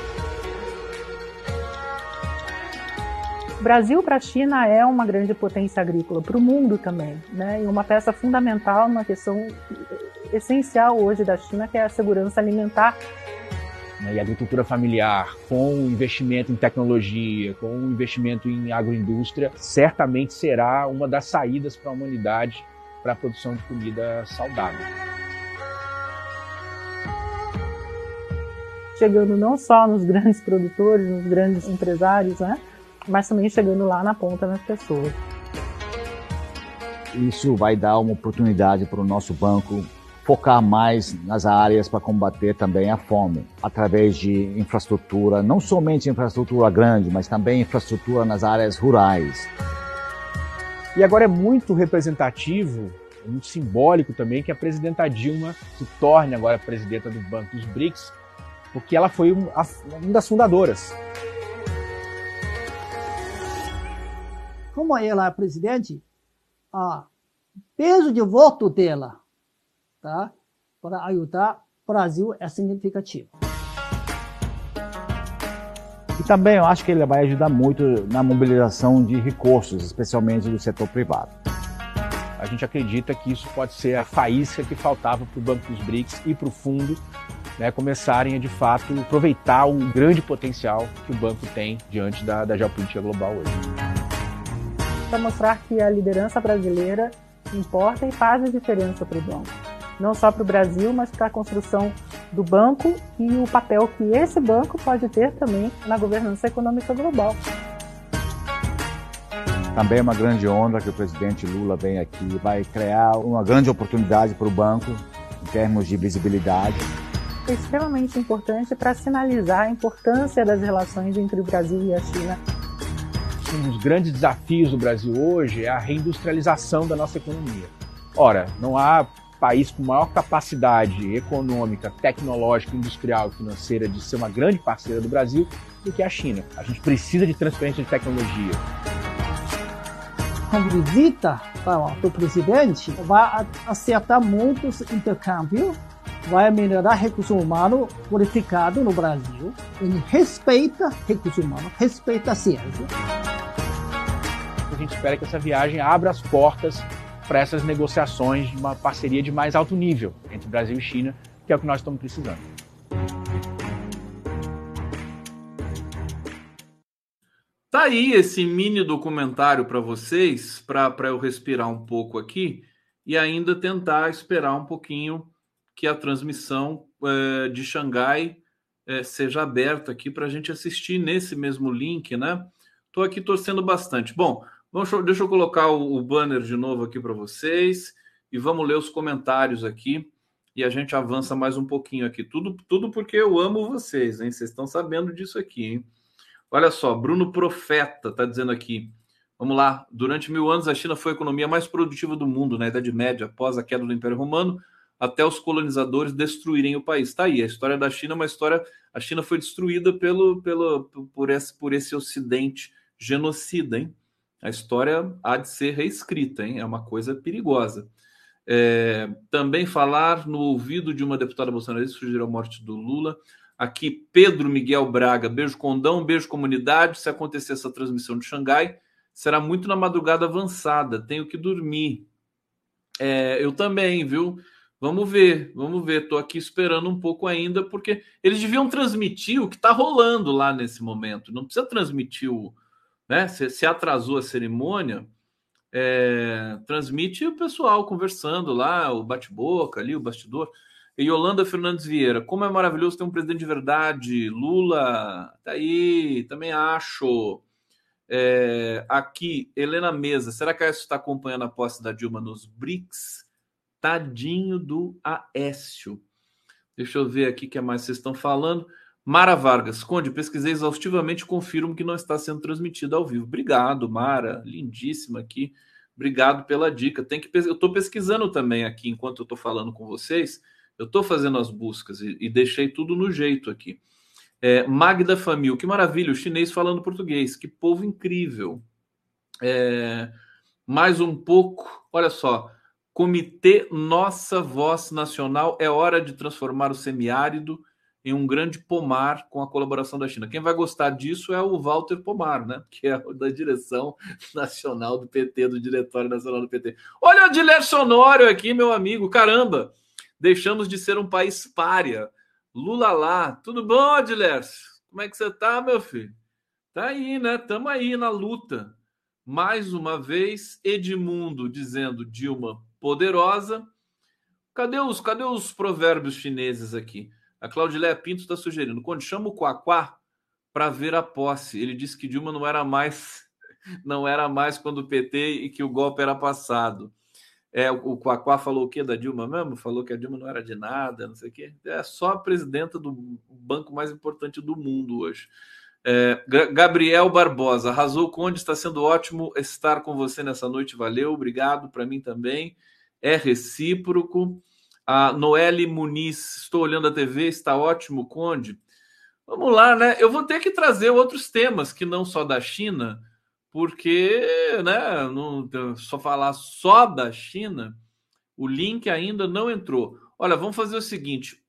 O Brasil para a China é uma grande potência agrícola, para o mundo também, né? E uma peça fundamental numa questão essencial hoje da China, que é a segurança alimentar. E a agricultura familiar, com o investimento em tecnologia, com o investimento em agroindústria, certamente será uma das saídas para a humanidade para a produção de comida saudável. Chegando não só nos grandes produtores, nos grandes empresários, né? Mas também chegando lá na ponta nas pessoas. Isso vai dar uma oportunidade para o nosso banco focar mais nas áreas para combater também a fome, através de infraestrutura, não somente infraestrutura grande, mas também infraestrutura nas áreas rurais. E agora é muito representativo, muito simbólico também, que a presidenta Dilma se torne agora presidenta do Banco dos BRICS, porque ela foi uma das fundadoras. Como ela é presidente, o peso de voto dela, tá, para ajudar o Brasil é significativo. E também eu acho que ele vai ajudar muito na mobilização de recursos, especialmente do setor privado. A gente acredita que isso pode ser a faísca que faltava para o Banco dos BRICS e para o fundo, né, começarem a, de fato, aproveitar o grande potencial que o banco tem diante da geopolítica global hoje. Para mostrar que a liderança brasileira importa e faz a diferença para o banco. Não só para o Brasil, mas para a construção do banco e o papel que esse banco pode ter também na governança econômica global. Também é uma grande honra que o presidente Lula vem aqui, vai criar uma grande oportunidade para o banco em termos de visibilidade. É extremamente importante para sinalizar a importância das relações entre o Brasil e a China. Um dos grandes desafios do Brasil hoje é a reindustrialização da nossa economia. Ora, não há país com maior capacidade econômica, tecnológica, industrial e financeira de ser uma grande parceira do Brasil do que a China. A gente precisa de transferência de tecnologia. Com visita do presidente, vai acertar muitos intercâmbios, vai melhorar recurso humano qualificado no Brasil. Ele respeita recurso humano, respeita a ciência. A gente espera que essa viagem abra as portas para essas negociações de uma parceria de mais alto nível entre Brasil e China, que é o que nós estamos precisando. Tá aí esse mini documentário para vocês, para eu respirar um pouco aqui e ainda tentar esperar um pouquinho que a transmissão de Xangai seja aberta aqui para a gente assistir nesse mesmo link, né? Estou aqui torcendo bastante. Bom, deixa eu colocar o banner de novo aqui para vocês e vamos ler os comentários aqui e a gente avança mais um pouquinho aqui. Tudo porque eu amo vocês, hein? Vocês estão sabendo disso aqui, hein? Olha só, Bruno Profeta está dizendo aqui. Vamos lá. Durante 1000 anos, a China foi a economia mais produtiva do mundo na Idade Média, após a queda do Império Romano, até os colonizadores destruírem o país. Está aí, a história da China é uma história... A China foi destruída por esse ocidente genocida, hein? A história há de ser reescrita, hein? É uma coisa perigosa. Também falar no ouvido de uma deputada bolsonarista sugeriu a morte do Lula. Aqui, Pedro Miguel Braga, beijo Condão, beijo comunidade. Se acontecer essa transmissão de Xangai, será muito na madrugada avançada, tenho que dormir. Eu também, viu? Vamos ver. Estou aqui esperando um pouco ainda, porque eles deviam transmitir o que está rolando lá nesse momento. Não precisa transmitir né? Se atrasou a cerimônia, transmite o pessoal conversando lá, o bate-boca ali, o bastidor. E Yolanda Fernandes Vieira, como é maravilhoso ter um presidente de verdade. Lula, tá aí, também acho. Aqui, Helena Mesa, será que a Aécio está acompanhando a posse da Dilma nos BRICS? Tadinho do Aécio. Deixa eu ver aqui o que mais vocês estão falando. Mara Vargas, Conde, pesquisei exaustivamente e confirmo que não está sendo transmitido ao vivo. Obrigado, Mara, lindíssima aqui. Obrigado pela dica. Eu estou pesquisando também aqui, enquanto eu estou falando com vocês. Eu estou fazendo as buscas e deixei tudo no jeito aqui. Magda Famil, que maravilha, o chinês falando português, que povo incrível. Mais um pouco, olha só, Comitê Nossa Voz Nacional, é hora de transformar o semiárido em um grande pomar com a colaboração da China. Quem vai gostar disso é o Walter Pomar, né? Que é da direção nacional do PT, do Diretório Nacional do PT. Olha o Adilércio Honório aqui, meu amigo. Caramba, deixamos de ser um país pária. Lula lá. Tudo bom, Adilércio? Como é que você tá, meu filho? Tá aí, né? Tamo aí na luta. Mais uma vez, Edmundo dizendo Dilma poderosa. Cadê os provérbios chineses aqui? A Claudileia Pinto está sugerindo: quando chama o Quaquá para ver a posse, ele disse que Dilma não era mais quando o PT e que o golpe era passado. O Quaquá falou o quê da Dilma mesmo? Falou que a Dilma não era de nada, não sei o quê. É só a presidenta do banco mais importante do mundo hoje. Gabriel Barbosa, arrasou, Conde, está sendo ótimo estar com você nessa noite, valeu, obrigado, para mim também, é recíproco. A Noelle Muniz, estou olhando a TV, está ótimo, Conde. Vamos lá, né? Eu vou ter que trazer outros temas que não só da China, porque, né, não, só falar só da China, o link ainda não entrou. Olha, vamos fazer o seguinte,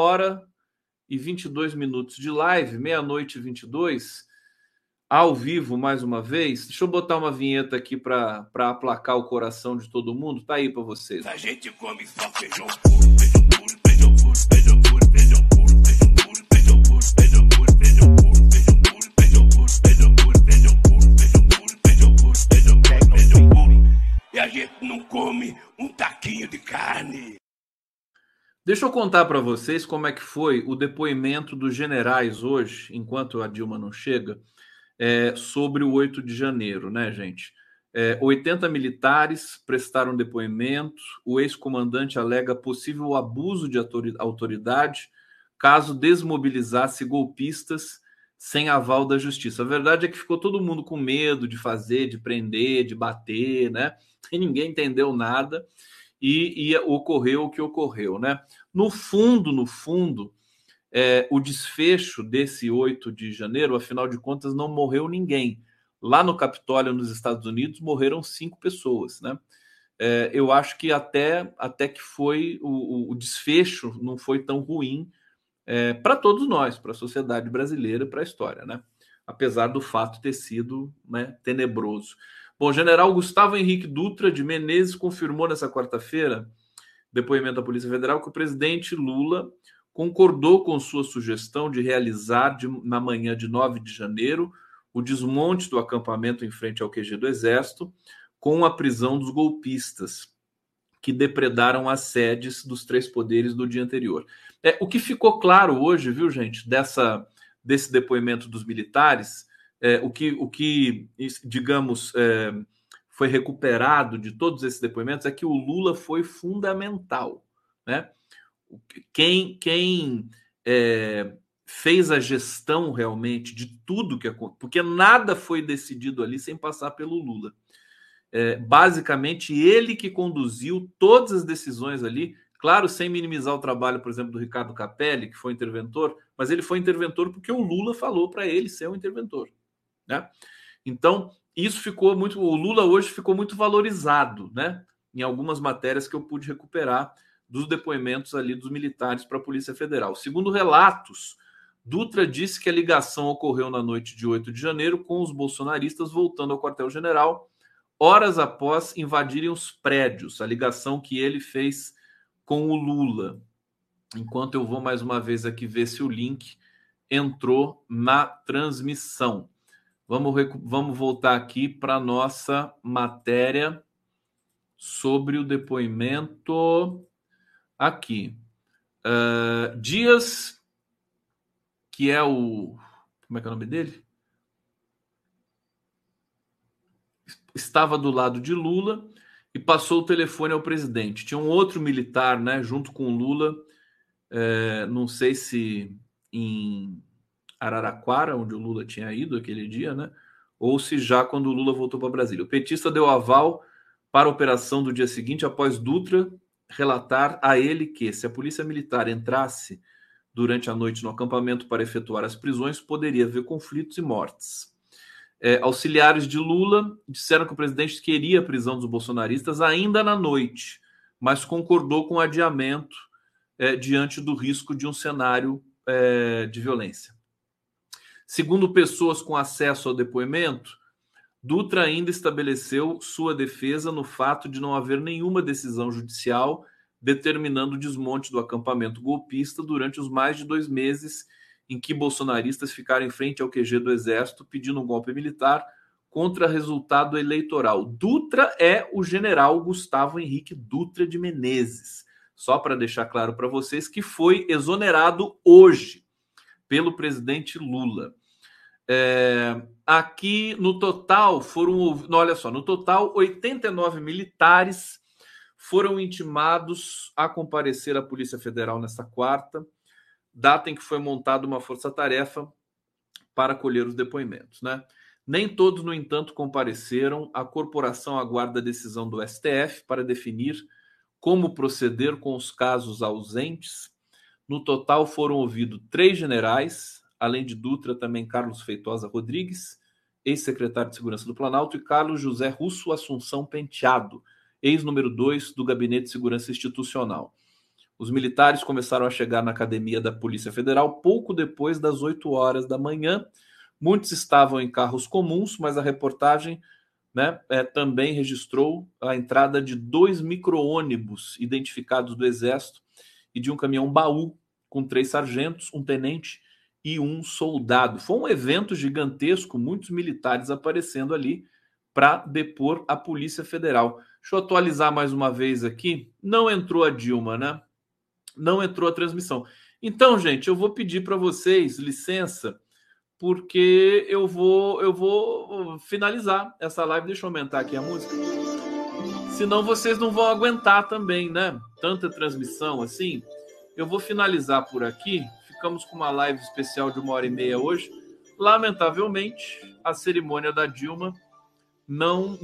1h22 de live, meia-noite e 22, ao vivo mais uma vez. Deixa eu botar uma vinheta aqui para aplacar o coração de todo mundo. Tá aí para vocês. A gente come só feijão puro, feijão puro, feijão puro, feijão puro, feijão puro, feijão puro, feijão puro, feijão puro, feijão puro, feijão puro, feijão puro, feijão puro, feijão puro, feijão puro, feijão puro, feijão puro. E a gente não come um taquinho de carne. Deixa eu contar para vocês como é que foi o depoimento dos generais hoje, enquanto a Dilma não chega, sobre o 8 de janeiro, né, gente? 80 militares prestaram depoimento, o ex-comandante alega possível abuso de autoridade caso desmobilizasse golpistas sem aval da justiça. A verdade é que ficou todo mundo com medo de fazer, de prender, de bater, né? E ninguém entendeu nada. E ocorreu o que ocorreu, né? No fundo, o desfecho desse 8 de janeiro, afinal de contas, não morreu ninguém. Lá no Capitólio, nos Estados Unidos, morreram 5 pessoas, né? Eu acho que até que foi o desfecho não foi tão ruim para todos nós, para a sociedade brasileira, para a história, né? Apesar do fato ter sido, né, tenebroso. Bom, o general Gustavo Henrique Dutra de Menezes confirmou nessa quarta-feira, depoimento da Polícia Federal, que o presidente Lula concordou com sua sugestão de realizar na manhã de 9 de janeiro o desmonte do acampamento em frente ao QG do Exército com a prisão dos golpistas que depredaram as sedes dos 3 poderes do dia anterior. O que ficou claro hoje, viu, gente, desse depoimento dos militares, o que digamos, foi recuperado de todos esses depoimentos é que o Lula foi fundamental, né? Quem fez a gestão realmente de tudo que aconteceu, porque nada foi decidido ali sem passar pelo Lula. Basicamente, ele que conduziu todas as decisões ali, claro, sem minimizar o trabalho, por exemplo, do Ricardo Capelli, que foi interventor, mas ele foi interventor porque o Lula falou para ele ser um interventor, né? Então, isso ficou muito... O Lula hoje ficou muito valorizado, né? Em algumas matérias que eu pude recuperar dos depoimentos ali dos militares para a Polícia Federal. Segundo relatos, Dutra disse que a ligação ocorreu na noite de 8 de janeiro com os bolsonaristas voltando ao quartel-general horas após invadirem os prédios, a ligação que ele fez com o Lula. Enquanto eu vou mais uma vez aqui ver se o link entrou na transmissão. Vamos voltar aqui para a nossa matéria sobre o depoimento aqui. Dias, que é o... Como é que é o nome dele? Estava do lado de Lula e passou o telefone ao presidente. Tinha um outro militar, né, junto com o Lula, não sei se em Araraquara, onde o Lula tinha ido aquele dia, né, ou se já quando o Lula voltou para Brasília. O petista deu aval para a operação do dia seguinte, após Dutra relatar a ele que, se a polícia militar entrasse durante a noite no acampamento para efetuar as prisões, poderia haver conflitos e mortes. Auxiliares de Lula disseram que o presidente queria a prisão dos bolsonaristas ainda na noite, mas concordou com o adiamento diante do risco de um cenário de violência. Segundo pessoas com acesso ao depoimento, Dutra ainda estabeleceu sua defesa no fato de não haver nenhuma decisão judicial determinando o desmonte do acampamento golpista durante os mais de 2 meses em que bolsonaristas ficaram em frente ao QG do Exército pedindo um golpe militar contra resultado eleitoral. Dutra é o general Gustavo Henrique Dutra de Menezes, só para deixar claro para vocês, que foi exonerado hoje pelo presidente Lula. Aqui no total no total 89 militares foram intimados a comparecer à Polícia Federal nesta quarta, data em que foi montada uma força-tarefa para colher os depoimentos, né? Nem todos, no entanto, compareceram. A corporação aguarda a decisão do STF para definir como proceder com os casos ausentes. No total foram ouvidos 3 generais, além de Dutra, também Carlos Feitosa Rodrigues, ex-secretário de Segurança do Planalto, e Carlos José Russo Assunção Penteado, ex-número 2 do Gabinete de Segurança Institucional. Os militares começaram a chegar na academia da Polícia Federal pouco depois das 8 horas da manhã. Muitos estavam em carros comuns, mas a reportagem, né, também registrou a entrada de 2 micro-ônibus identificados do Exército e de um caminhão-baú com 3 sargentos, um tenente e um soldado. Foi um evento gigantesco, muitos militares aparecendo ali para depor a Polícia Federal. Deixa eu atualizar mais uma vez aqui. Não entrou a Dilma, né? Não entrou a transmissão. Então, gente, eu vou pedir para vocês licença, porque eu vou finalizar essa live. Deixa eu aumentar aqui a música. Senão vocês não vão aguentar também, né? Tanta transmissão assim. Eu vou finalizar por aqui. Ficamos com uma live especial de 1h30 hoje. Lamentavelmente, a cerimônia da Dilma não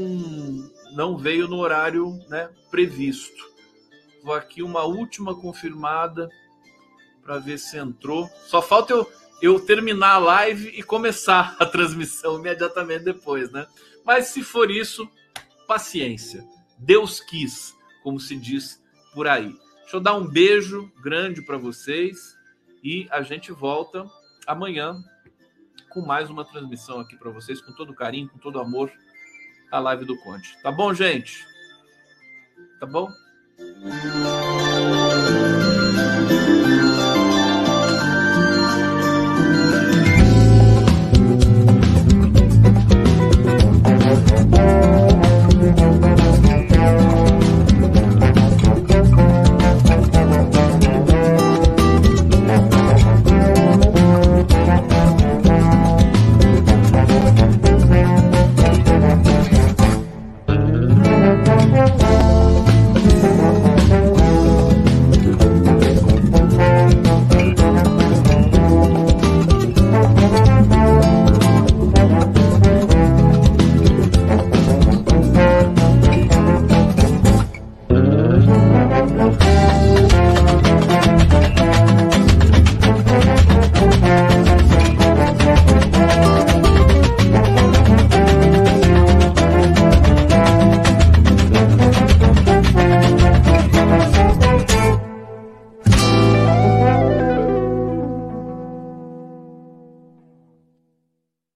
veio no horário, né, previsto. Vou aqui uma última confirmada para ver se entrou. Só falta eu terminar a live e começar a transmissão imediatamente depois, né? Mas se for isso, paciência. Deus quis, como se diz por aí. Deixa eu dar um beijo grande para vocês e a gente volta amanhã com mais uma transmissão aqui para vocês, com todo carinho, com todo amor, a live do Conde. Tá bom, gente? Tá bom?